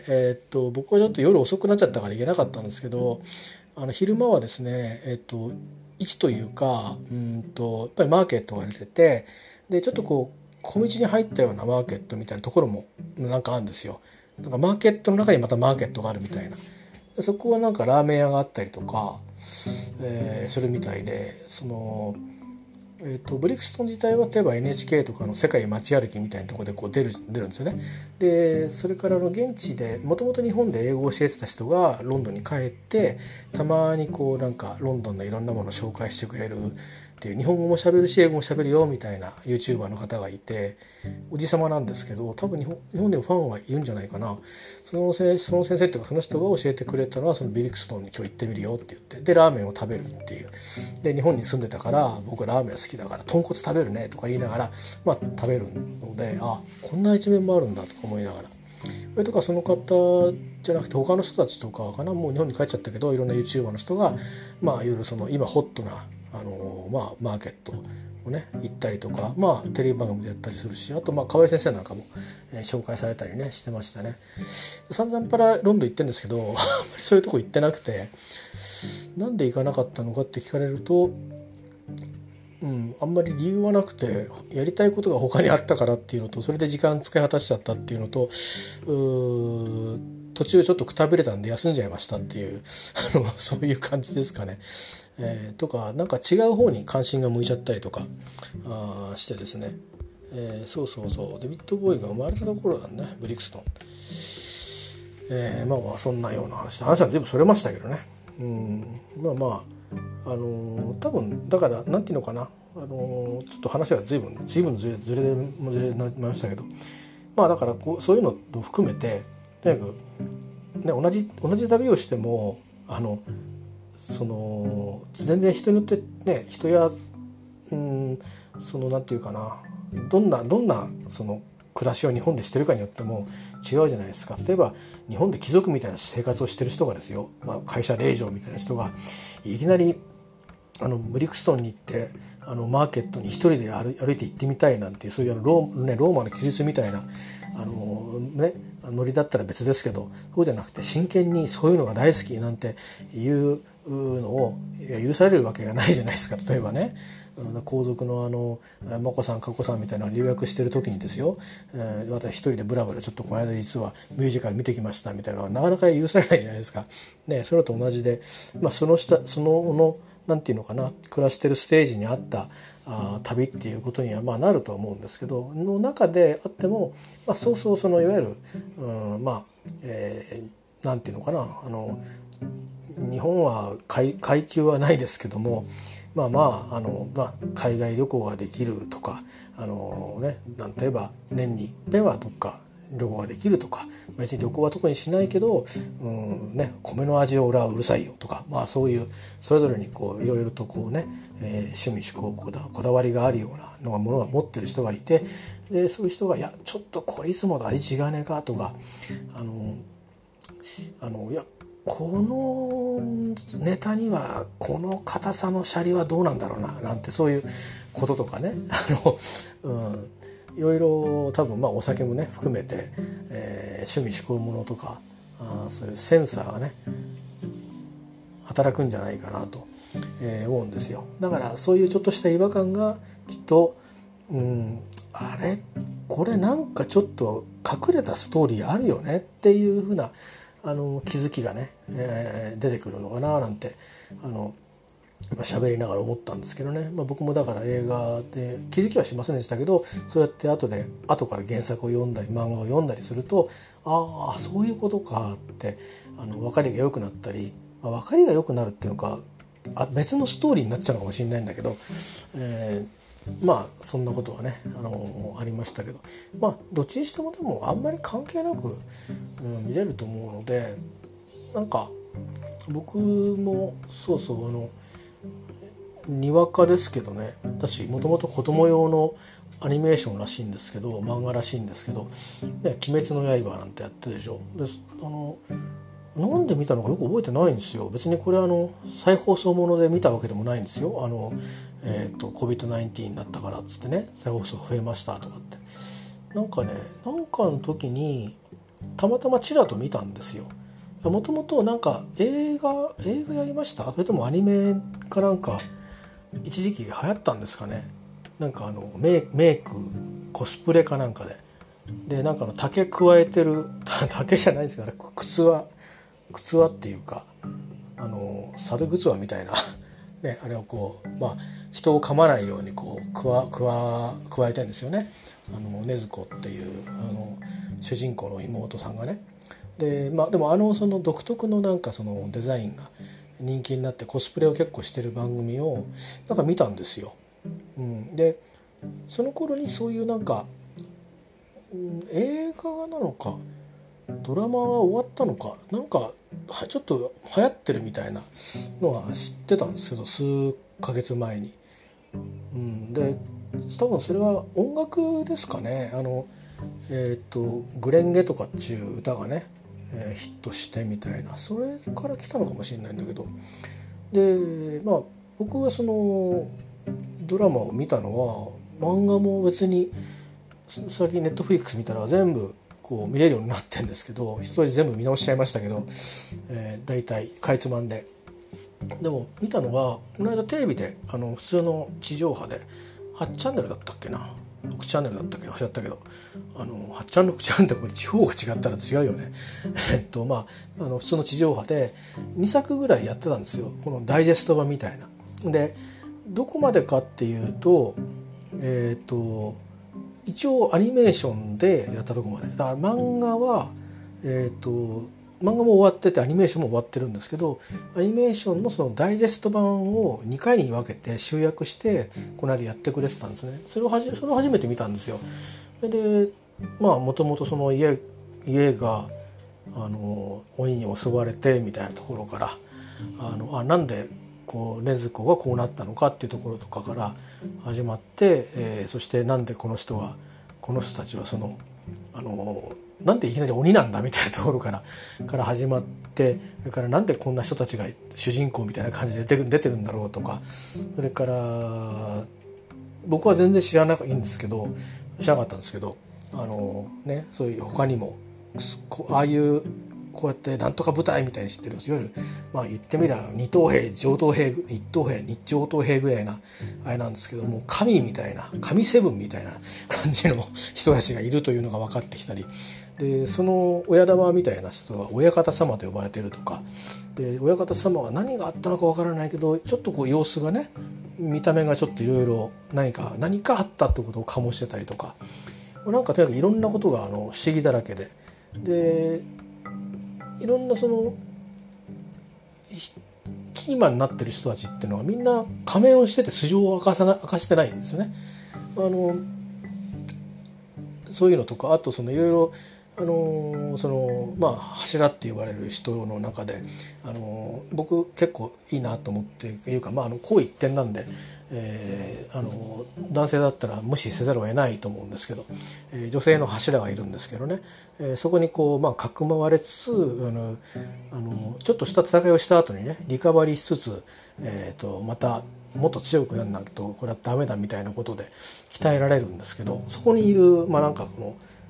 えー、っと僕はちょっと夜遅くなっちゃったから行けなかったんですけど、あの昼間はですねえー、っと位置というかうんとやっぱりマーケットが出てて、でちょっとこう小道に入ったようなマーケットみたいなところもなんかあるんですよ。なんかマーケットの中にまたマーケットがあるみたいな、でそこはなんかラーメン屋があったりとか、えー、するみたいで、その、えー、とブリクストン自体は例えば エヌエイチケー とかの世界街歩きみたいなところでこう出る出るんですよね。でそれからの現地でもともと日本で英語を教えてた人がロンドンに帰ってたまにこうなんかロンドンのいろんなものを紹介してくれるっていう、日本語も喋るし英語も喋るよみたいな YouTuber の方がいて、おじさまなんですけど多分日本日本でもファンがいるんじゃないかな。そのせその先生っていうかその人が教えてくれたのはそのビリクストンに今日行ってみるよって言って、でラーメンを食べるっていう、で日本に住んでたから僕ラーメン好きだから豚骨食べるねとか言いながらまあ食べるので、あこんな一面もあるんだとか思いながら、それとかその方じゃなくて他の人たちとかかな、もう日本に帰っちゃったけどいろんな YouTuber の人がまあいろいろその今ホットなあのまあマーケットをね行ったりとか、まあテレビ番組でやったりするし、あとまあ河合先生なんかも、えー、紹介されたりねしてましたね。散々パラロンドン行ってるんですけどあんまりそういうとこ行ってなくて、なんで行かなかったのかって聞かれると、うん、あんまり理由はなくてやりたいことが他にあったからっていうのと、それで時間使い果たしちゃったっていうのと、う途中ちょっとくたびれたんで休んじゃいましたっていうあのそういう感じですかね。えー、とかなんか違う方に関心が向いちゃったりとかあしてですね、えー、そうそうそうデビッド・ボーイが生まれたところなんだねブリクストン、えー、まあまあそんなような話で話は全部それましたけどね。うんまあまああのー、多分だからなんていうのかな、あのー、ちょっと話が随分随分ずれずれずれになりましたけど、まあだからこうそういうのと含めてとにかく、ね、同じ同じ旅をしてもあのその全然人によってね人やうんそのなんていうかなどんなどんなその暮らしを日本でしてるかによっても違うじゃないですか。例えば日本で貴族みたいな生活をしてる人がですよ、まあ、会社令嬢みたいな人がいきなりあのブリクストンに行ってあのマーケットに一人で歩いて行ってみたいなんていうそういうあのロー、ね、ローマの記述みたいなあの、ね、ノリだったら別ですけど、そうじゃなくて真剣にそういうのが大好きなんていうのを許されるわけがないじゃないですか。例えばね皇族のあの眞子さん佳子さんみたいな留学してる時にですよ、えー、私一人でブラブラちょっとこの間実はミュージカル見てきましたみたいなのはなかなか許されないじゃないですか。ね、それと同じで、まあ、その下そののなんていうのかな暮らしてるステージに合ったあ旅っていうことにはまあなると思うんですけど、の中であっても、まあ、そうそうそのいわゆる、うん、まあ、えー、なんていうのかなあの日本は階級はないですけども、まあまああの、まあ、海外旅行ができるとかあの、ね、例えば年にいっぺんはどっか旅行ができるとか、別に旅行は特にしないけど、うんね、米の味を俺はうるさいよとか、まあ、そういうそれぞれにこういろいろとこうね、えー、趣味趣向こだこだわりがあるようなのがものが持ってる人がいて、でそういう人が「いやちょっとこれいつもと味違うねえか」とかあのあのいやこのネタにはこの硬さのシャリはどうなんだろうななんてそういうこととかねあの、うんいろいろ多分まあお酒もね含めて、えー、趣味嗜好ものとかあそういうセンサーがね働くんじゃないかなと、えー、思うんですよ。だからそういうちょっとした違和感がきっと、うん、あれこれなんかちょっと隠れたストーリーあるよねっていうふうなあの気づきがね、えー、出てくるのかななんてあの喋りながら思ったんですけどね、まあ、僕もだから映画で気づきはしませんでしたけど、そうやって後で後から原作を読んだり漫画を読んだりすると、ああそういうことかってあの分かりが良くなったり、まあ、分かりが良くなるっていうのかあ別のストーリーになっちゃうのかもしれないんだけど、えー、まあそんなことはね、あのー、ありましたけど、まあどっちにしてもでもあんまり関係なく、うん、見れると思うので、なんか僕もそうそうあのにわかですけどね、私もともと子供用のアニメーションらしいんですけど、漫画らしいんですけど、ね、鬼滅の刃なんてやってるでしょ。であのなんで見たのかよく覚えてないんですよ。別にこれあの再放送もので見たわけでもないんですよ。あの、えー、と コビッドナインティーン になったからっつってね、再放送増えましたとかって、なんかねなんかの時にたまたまちらっと見たんですよ。もともとなんか映画映画やりました、それともアニメかなんか一時期流行ったんですかね。なんかあのメイメイクコスプレかなんかででなんかの竹加えてる竹じゃないですかね、靴は靴輪っていうかあの猿靴輪みたいなね、あれをこうまあ人を噛まないようにこうくわくわ加えてるんですよね。あの禰豆子っていうあの主人公の妹さんがね。でまあでもあのその独特のなんかそのデザインが人気になってコスプレを結構してる番組をなんか見たんですよ。うん、でその頃にそういうなんか、うん、映画なのかドラマは終わったのかなんかちょっと流行ってるみたいなのは知ってたんですけど、数ヶ月前に。うん、で多分それは音楽ですかね。あのえっと「グレンゲ」とかっていう歌がね、えー、ヒットしてみたいな、それから来たのかもしれないんだけど、でまあ僕はそのドラマを見たのは漫画も別に最近ネットフリックス見たら全部こう見れるようになってるんですけど、一通り全部見直しちゃいましたけど、えー、大体かいつまんで。でも見たのはこの間テレビであの普通の地上波ではちチャンネルだったっけなろくチャンネルだったっけな忘れちゃったけど、あのはちチャンろくチャンってこれ地方が違ったら違うよねえっとまああの普通の地上波でにさくぐらいやってたんですよ、このダイジェスト版みたいな。でどこまでかっていうとえっと一応アニメーションでやったとこまでだから漫画はえっと漫画も終わっててアニメーションも終わってるんですけど、アニメーションのそのダイジェスト版をにかいに分けて集約してこの間やってくれてたんですね。それをはじそれを初めて見たんですよ。でまあもともとその家家があの鬼に襲われてみたいなところからあのあなんでこう禰豆子がこうなったのかっていうところとかから始まって、えー、そしてなんでこの人はこの人たちはそのあのなんでいきなり鬼なんだみたいなところからから始まって、それからなんでこんな人たちが主人公みたいな感じで出て出てるんだろうとか、それから僕は全然知らないんですけど知らなかったんですけど、あのねそういう他にもああいうこうやってなんとか部隊みたいに知ってるんです。いわゆるまあ言ってみれば二等兵上等兵一等兵日上等兵ぐらいなあれなんですけども、神みたいな神セブンみたいな感じの人たちがいるというのが分かってきたり、でその親玉みたいな人が親方様と呼ばれているとかで、親方様は何があったのか分からないけどちょっとこう様子がね見た目がちょっといろいろ何か何かあったってことを醸してたりとか、なんかとにかくいろんなことがあの不思議だらけで、でいろんなそのキーマンになってる人たちっていうのはみんな仮面をしてて素性を明かさな明かしてないんですよね。あのそういうのとか、あとそのいろいろあのそのまあ柱って言われる人の中であの僕結構いいなと思っていうか、まああの好一点なんで、えー、あの男性だったら無視せざるを得ないと思うんですけど、えー、女性の柱がいるんですけどね、えー、そこにこうまあかくまわれつつあのあのちょっとした戦いをした後にねリカバリーしつつ、えー、とまたもっと強くならないとこれはダメだみたいなことで鍛えられるんですけど、そこにいるまあなんかこの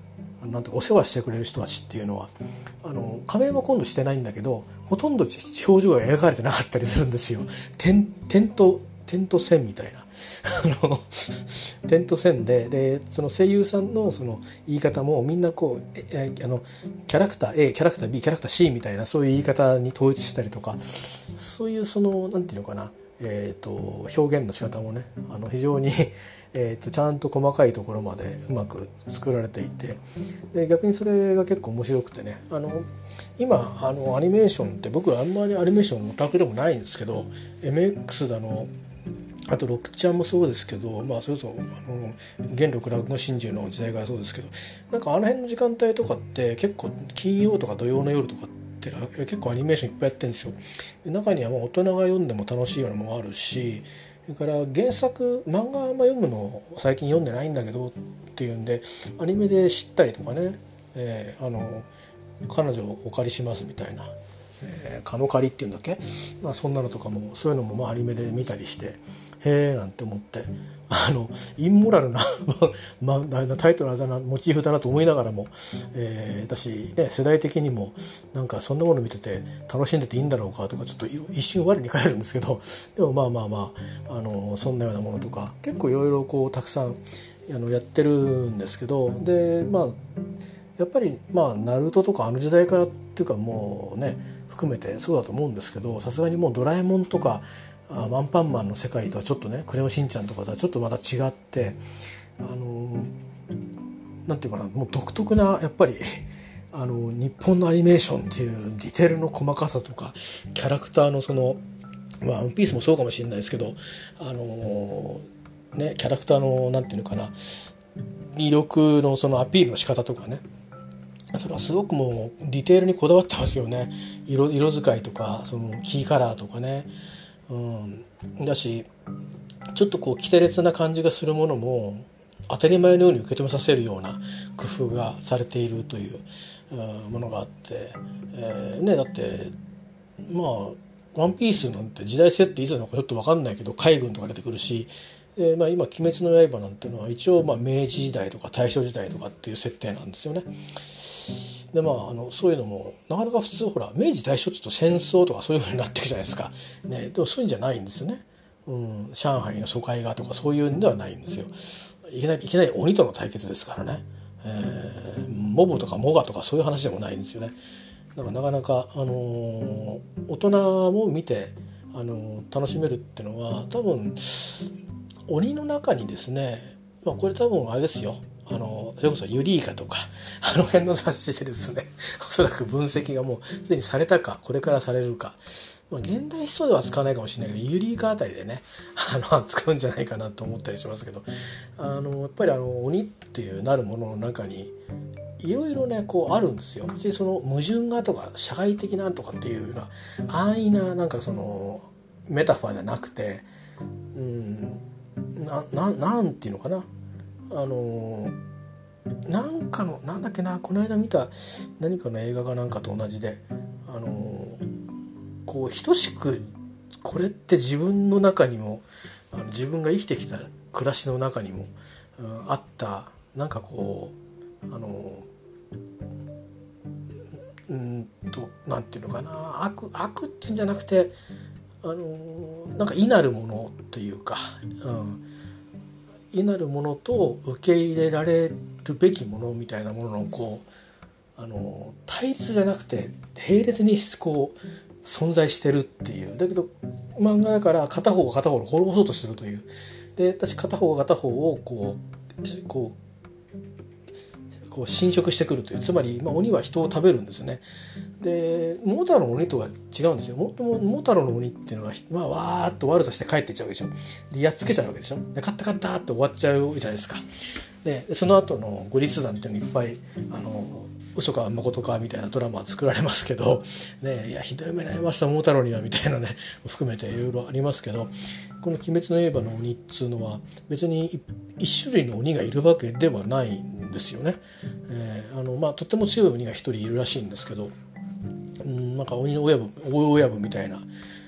なんとかお世話してくれる人たちっていうのはあの仮面は今度してないんだけど、ほとんど表情が描かれてなかったりするんですよ。点点と点と線みたいなあの点と線で、でその声優さんのその言い方もみんなこうえあのキャラクター A キャラクター B キャラクター C みたいな、そういう言い方に統一したりとか、そういうそのなんていうのかな、えー、と表現の仕方もね、あの非常にえー、とちゃんと細かいところまでうまく作られていて、で逆にそれが結構面白くてね、あの今あのアニメーションって僕はあんまりアニメーションオタクでもないんですけど、 エムエックス だのあとロックちゃんもそうですけど、まあそれこそあの元禄楽の真珠の時代からそうですけど、なんかあの辺の時間帯とかって結構金曜とか土曜の夜とかって結構アニメーションいっぱいやってるんですよ。中にはもう大人が読んでも楽しいようなものもあるし、それから原作漫画あんま読むの最近読んでないんだけどっていうんでアニメで知ったりとかね、えー、あの彼女をお借りしますみたいな、えー、カノカリっていうんだっけ、まあ、そんなのとかもそういうのもまあアニメで見たりして、へーなんて思って、あのインモラルなまあ、あれだタイトルだなモチーフだなと思いながらも、えー、私ね世代的にもなんかそんなもの見てて楽しんでていいんだろうかとかちょっと一瞬我に返るんですけど、でもまあまあまあ、あのそんなようなものとか結構いろいろこうたくさんあのやってるんですけど、でまあやっぱりまあナルトとかあの時代からっていうかもうね含めてそうだと思うんですけど、さすがにもうドラえもんとかアンパンマンの世界とはちょっとね、クレヨンしんちゃんとかとはちょっとまた違って、あのなんていうかな、もう独特なやっぱりあの日本のアニメーションっていうディテールの細かさとかキャラクターのそのまあワンピースもそうかもしれないですけど、あのねキャラクターのなんていうのかな魅力のそのアピールの仕方とかね、それはすごくもうディテールにこだわってますよね。色色使いとかそのキーカラーとかね、うん、だしちょっとこう奇て烈な感じがするものも当たり前のように受け止めさせるような工夫がされているという、うん、ものがあって、えーね、だってまあワンピースなんて時代設定いつなのかちょっと分かんないけど海軍とか出てくるし、でまあ、今「鬼滅の刃」なんていうのは一応まあ明治時代とか大正時代とかっていう設定なんですよね。でまあ、あのそういうのもなかなか普通ほら明治大正って言うと戦争とかそういうふうになってるじゃないですか、ね、でもそういうんじゃないんですよね、うん、上海の疎開がとかそういうんではないんですよ。いきなりいきなり鬼との対決ですからね、えー、モブとかモガとかそういう話でもないんですよね。だからなかなか、あのー、大人も見て、あのー、楽しめるっていうのは多分鬼の中にですね、まあ、これ多分あれですよ、あのそれこそユリイカとかあの辺の雑誌でですねおそらく分析がもうすでにされたかこれからされるか、まあ、現代思想では扱わないかもしれないけどユリイカあたりでねあの扱うんじゃないかなと思ったりしますけど、あのやっぱりあの鬼っていうなるものの中にいろいろねこうあるんですよ。別にその矛盾がとか社会的なとかっていうような安易ななんかそのメタファーじゃなくて、うんなななんていうのかな、あのなんかのなんだっけな、この間見た何かの映画かなんかと同じで、あのこう等しくこれって自分の中にもあの自分が生きてきた暮らしの中にも、うん、あったなんかこうあのうんとなんていうのかな、悪悪っていうんじゃなくて、あのなんか異なるものというか、うん異なるものと受け入れられるべきものみたいなもののこうあの対立じゃなくて並列にこう存在してるっていう、だけど漫画だから片方が片方を滅ぼそうとしてるという、で私片方が片方をこうこうこう侵食してくるという、つまり、まあ、鬼は人を食べるんですよね。で桃太郎の鬼とは違うんですよ。も桃太郎の鬼っていうのは、まあ、わーっと悪さして帰っていっちゃうわけでしょ。でやっつけちゃうわけでしょ。でカッタカッタって終わっちゃうじゃないですか。でその後の後日談っていうのいっぱいあの嘘か誠かみたいなドラマは作られますけど、ね、いやひどい目に遭いました桃太郎にはみたいなね含めていろいろありますけど、この「鬼滅の刃」の鬼っつうのは別に一種類の鬼がいるわけではないんですよね。えーあのまあ、とっても強い鬼が一人いるらしいんですけど、うん、なんか鬼の親分大親分みたいな、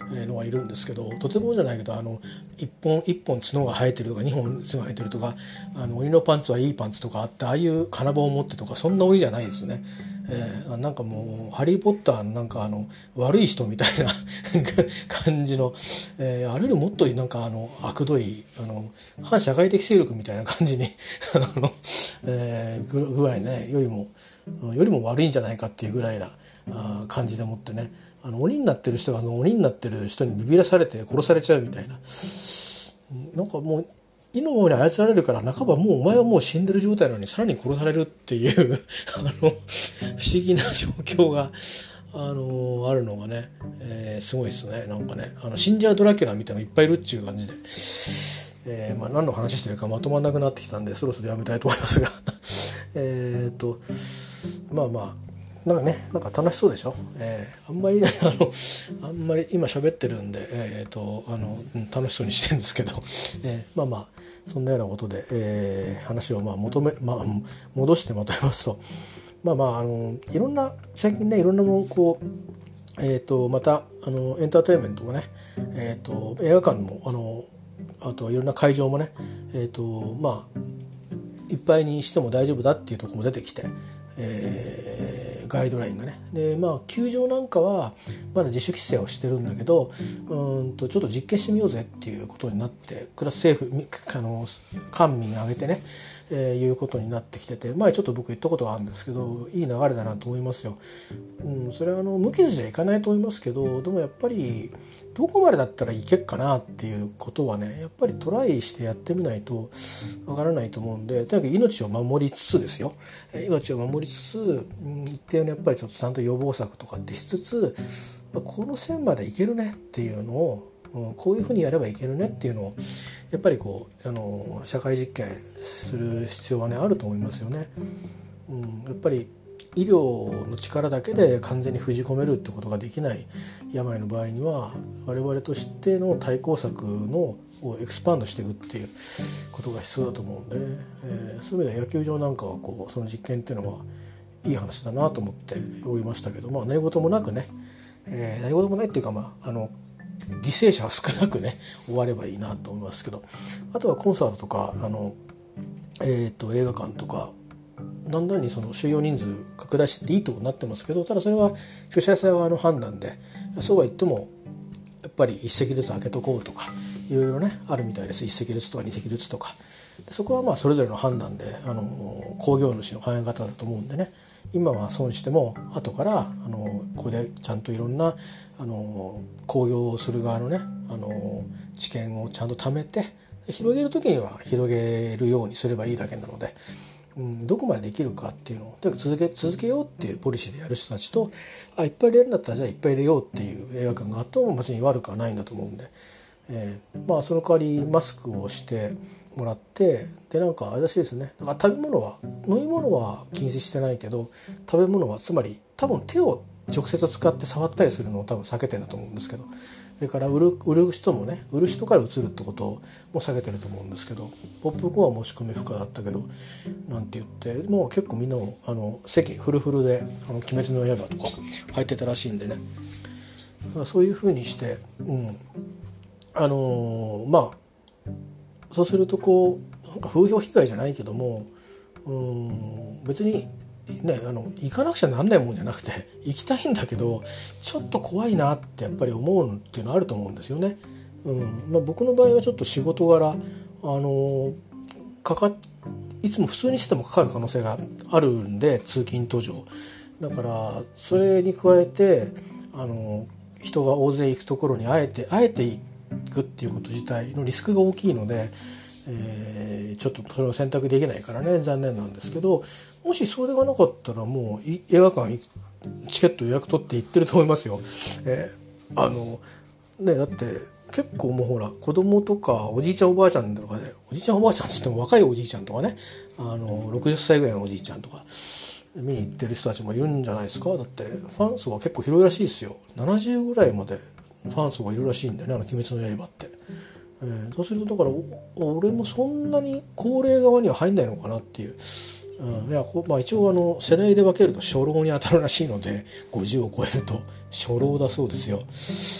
のがいるんですけど、とてもじゃないけどあの一本一本角が生えてるとか二本角が生えてるとか、あの鬼のパンツはいいパンツとかあって、ああいう金棒を持ってとかそんな鬼じゃないですよね。えー、なんかもうハリー・ポッターのなんかあの悪い人みたいな感じの、えー、あれよりもっとなんかあの悪どいあの反社会的勢力みたいな感じにあの、えー、ぐ具合ねよりもよりも悪いんじゃないかっていうぐらいなあ感じでもってね、あの鬼になってる人があの鬼になってる人にビビらされて殺されちゃうみたいな、なんかもう意のままに操られるから、半ばもうお前はもう死んでる状態なのにさらに殺されるっていうあの不思議な状況があのあるのがね、えー、すごいですね。なんかね、あの死んじゃうドラキュラみたいなのいっぱいいるっていう感じで、えーまあ、何の話してるかまとまらなくなってきたんでそろそろやめたいと思いますがえっとまあまあなんかね、なんか楽しそうでしょ、えー、あんまりあのあんまり今喋ってるんで、えー、とあの楽しそうにしてるんですけど、えー、まあまあそんなようなことで、えー、話をまあ求め、まあ、戻してまとめますと、まあまああのいろんな最近ねいろんなものこう、えー、とまたあのエンターテインメントもね、えー、と映画館もあのあとはいろんな会場もね、えー、とまあいっぱいにしても大丈夫だっていうところも出てきて、えー、ガイドラインがねで、まあ球場なんかはまだ自主規制をしてるんだけど、うんとちょっと実験してみようぜっていうことになって、クラス政府あの官民挙げてね、えー、いうことになってきてて、前ちょっと僕言ったことがあるんですけど、いい流れだなと思いますよ。うん、それはあの無傷じゃいかないと思いますけど、でもやっぱりどこまでだったらいけっかなっていうことはね、やっぱりトライしてやってみないとわからないと思うんで、とにかく命を守りつつですよ、命を守りつつ、うん、一定のやっぱりちょっとちゃんと予防策とかってしつつ、この線までいけるねっていうのを、うん、こういうふうにやればいけるねっていうのをやっぱりこうあの社会実験する必要はねあると思いますよね。うん、やっぱり医療の力だけで完全に封じ込めるってことができない病の場合には、我々としての対抗策のをエクスパンドしていくっていうことが必要だと思うんでね、えー、そういう意味では野球場なんかはこうその実験っていうのはいい話だなと思っておりましたけど、まあ何事もなくね、えー、何事もないっていうか、まああの犠牲者が少なくね終わればいいなと思いますけど、あとはコンサートとかあの、えー、と映画館とかだんだんにその収容人数拡大していいとなってますけど、ただそれは主催者側の判断で、そうは言ってもやっぱり一席ずつ開けとこうとかいろいろねあるみたいです。一席ずつとか二席ずつとか、そこはまあそれぞれの判断であの興行主の考え方だと思うんでね、今は損しても後からあのここでちゃんといろんなあの興行をする側のねあの知見をちゃんと貯めて広げる時には広げるようにすればいいだけなので、うん、どこまでできるかっていうのをとにかく続け続けようっていうポリシーでやる人たちと、あいっぱい入れるんだったらじゃあいっぱい入れようっていう映画館があっても別に悪くはないんだと思うんで、えー、まあその代わりマスクをしてもらって、でなんかあれらしいですね、だから食べ物は飲み物は禁止してないけど、食べ物はつまり多分手を直接使って触ったりするのを多分避けてるんだと思うんですけど、それから売る、売る人もね売る人から移るってことをも避けてると思うんですけど、ポップコーンは申し込み不可だったけどなんて言ってもう結構みんなもあの席フルフルで「あの鬼滅の刃」とか入ってたらしいんでね、そういうふうにして、うん、あのー、まあそうするとこうなんか風評被害じゃないけども、うん別にね、あの行かなくちゃなんないもんじゃなくて行きたいんだけどちょっと怖いなってやっぱり思うっていうのはあると思うんですよね。うんまあ、僕の場合はちょっと仕事柄あのかかいつも普通にしててもかかる可能性があるんで、通勤途上だからそれに加えてあの人が大勢行くところにあえてあえて行くっていうこと自体のリスクが大きいので、えー、ちょっとそれを選択できないからね残念なんですけど、もしそれがなかったらもう映画館チケット予約取って行ってると思いますよ。えー、あのねだって結構もうほら子供とかおじいちゃんおばあちゃんとかね、おじいちゃんおばあちゃんって言っても若いおじいちゃんとかね、あのろくじゅっさいぐらいのおじいちゃんとか見に行ってる人たちもいるんじゃないですか。だってファン層が結構広いらしいですよ。ななじゅうぐらいまでファン層がいるらしいんだよね、あの鬼滅の刃って。えー、そうするとだから俺もそんなに高齢側には入んないのかなっていう、うん、いやこ、まあ、一応あの世代で分けると初老に当たるらしいのでごじゅうを超えると初老だそうですよ。初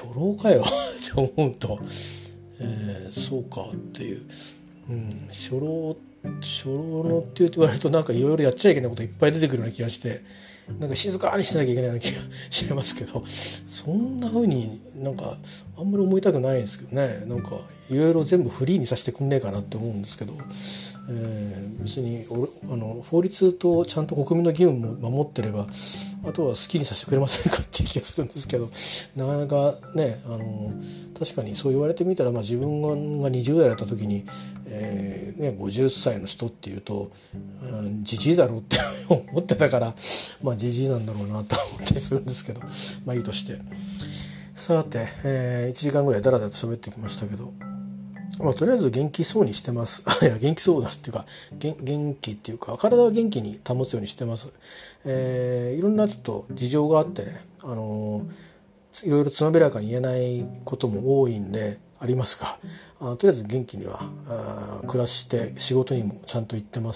初老かよって思うと、えー、そうかっていう、うん、初老初老のって言われるとなんかいろいろやっちゃいけないこといっぱい出てくるような気がして、なんか静かにしなきゃいけないような気がしますけど、そんな風になんかあんまり思いたくないんですけどね。なんかいろいろ全部フリーにさせてくんねえかなって思うんですけど、えー、別にあの法律とちゃんと国民の義務も守ってればあとは好きにさせてくれませんかっていう気がするんですけど、なかなかね、あの確かにそう言われてみたら、まあ、自分がにじゅう代だった時に、えーね、ごじゅっさいの人っていうとじじいだろうって思ってたから、まあじじいなんだろうなと思ったりするんですけど、まあいいとして、さて、えー、いちじかんぐらいだらだらと喋ってきましたけど、まあ、とりあえず元気そうにしてますいや元気そうだっていうか元元気っていうか体は元気に保つようにしてます。えー、いろんなちょっと事情があってね、あのー、いろいろつまびらかに言えないことも多いんでありますが、あとりあえず元気にはあ暮らして仕事にもちゃんと行ってます。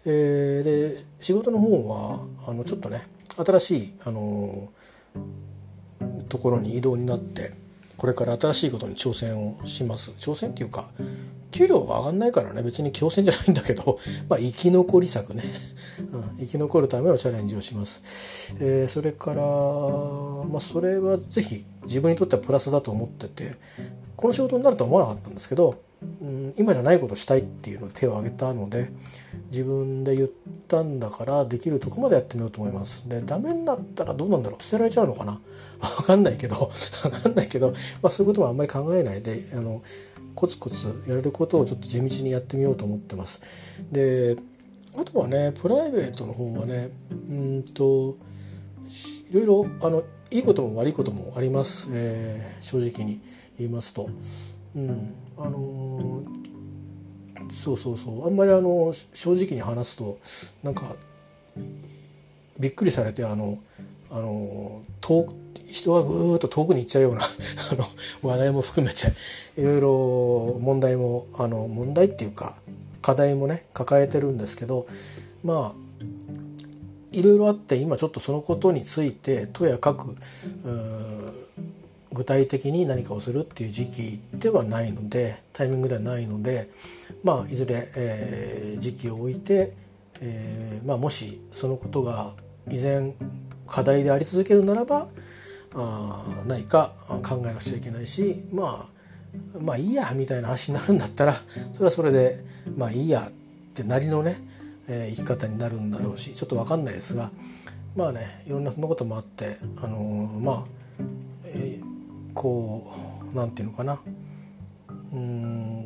えー、で仕事の方はあのちょっとね新しい、あのー、ところに異動になってこれから新しいことに挑戦をします。挑戦っていうか給料が上がんないからね、別に挑戦じゃないんだけど、まあ生き残り策ね、うん、生き残るためのチャレンジをします。えー、それからまあそれはぜひ自分にとってはプラスだと思ってて、この仕事になるとは思わなかったんですけど、うん、今じゃないことをしたいっていうので手を挙げたので、自分で言ったんだからできるとこまでやってみようと思います。でダメになったらどうなんだろう、捨てられちゃうのかな分かんないけど分かんないけど、まあ、そういうこともあんまり考えないで、あのコツコツやれることをちょっと地道にやってみようと思ってます。であとはね、プライベートの方はね、うんといろいろあのいいことも悪いこともあります、えー、正直に言いますと、うんあのーそうそうそうあんまりあの正直に話すとなんかびっくりされて、あのあの遠人がぐーっと遠くに行っちゃうようなあの話題も含めていろいろ問題もあの問題っていうか課題もね抱えてるんですけど、まあいろいろあって今ちょっとそのことについてとやかく具体的に何かをするっていう時期ではないので、タイミングではないので、まあいずれ、えー、時期を置いて、えーまあ、もしそのことが依然課題であり続けるならばあ何か考えなくちゃいけないし、まあまあいいやみたいな話になるんだったらそれはそれでまあいいやってなりのね、えー、生き方になるんだろうし、ちょっと分かんないですが、まあねいろんなそんなこともあって、あのー、まあ、えーこうなんていうのかな、うーん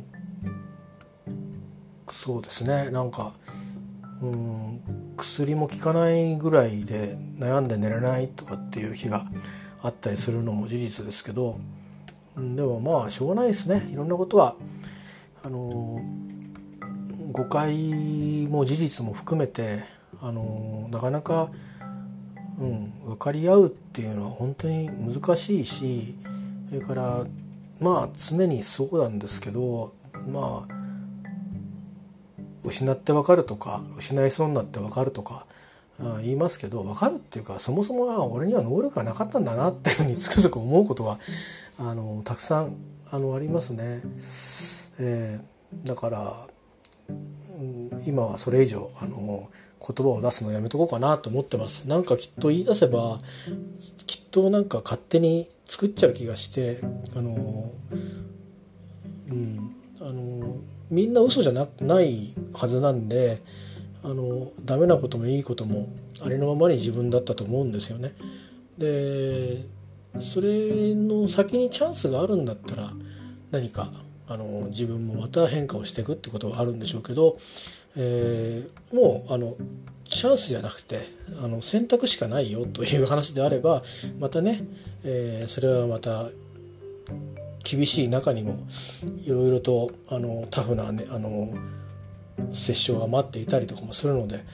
そうですね、なんかうーん薬も効かないぐらいで悩んで寝れないとかっていう日があったりするのも事実ですけど、でもまあしょうがないですね。いろんなことはあの誤解も事実も含めてあのなかなか、うん、分かり合うっていうのは本当に難しいし、それからまあ常にそうなんですけど、まあ失って分かるとか失いそうになって分かるとか言いますけど、分かるっていうかそもそもは俺には能力がなかったんだなっていうふうにつくづく思うことはあのたくさんあのありますね。えー、だから、うん、今はそれ以上あの言葉を出すのやめとこうかなと思ってます。なんかきっと言い出せばきっとなんか勝手に作っちゃう気がして、あの、うん、あのみんな嘘じゃ な, ないはずなんで、あのダメなこともいいこともありのままに自分だったと思うんですよね。でそれの先にチャンスがあるんだったら何かあの自分もまた変化をしていくってことはあるんでしょうけど、えー、もうあのチャンスじゃなくてあの選択しかないよという話であればまたね、えー、それはまた厳しい中にもいろいろとあのタフな、ね、あの折衝が待っていたりとかもするので、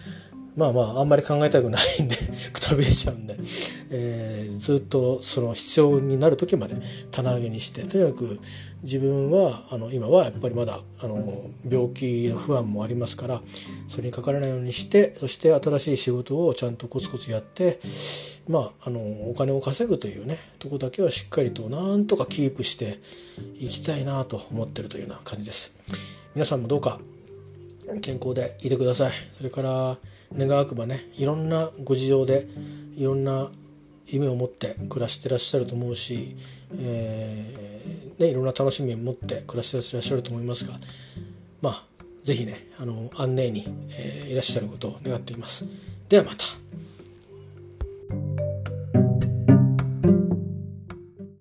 まあまああんまり考えたくないんでくたびれちゃうんで、えー、ずっとその必要になる時まで棚上げにして、とにかく自分はあの今はやっぱりまだあの病気の不安もありますから、それにかからないようにして、そして新しい仕事をちゃんとコツコツやって、まああのお金を稼ぐというねとこだけはしっかりとなんとかキープしていきたいなと思ってるというような感じです。皆さんもどうか健康でいてください。それから願わくばね、いろんなご事情でいろんな夢を持って暮らしてらっしゃると思うし、えーね、いろんな楽しみを持って暮らしてらっしゃると思いますが、まあぜひねあの安寧に、えー、いらっしゃることを願っています。ではまた。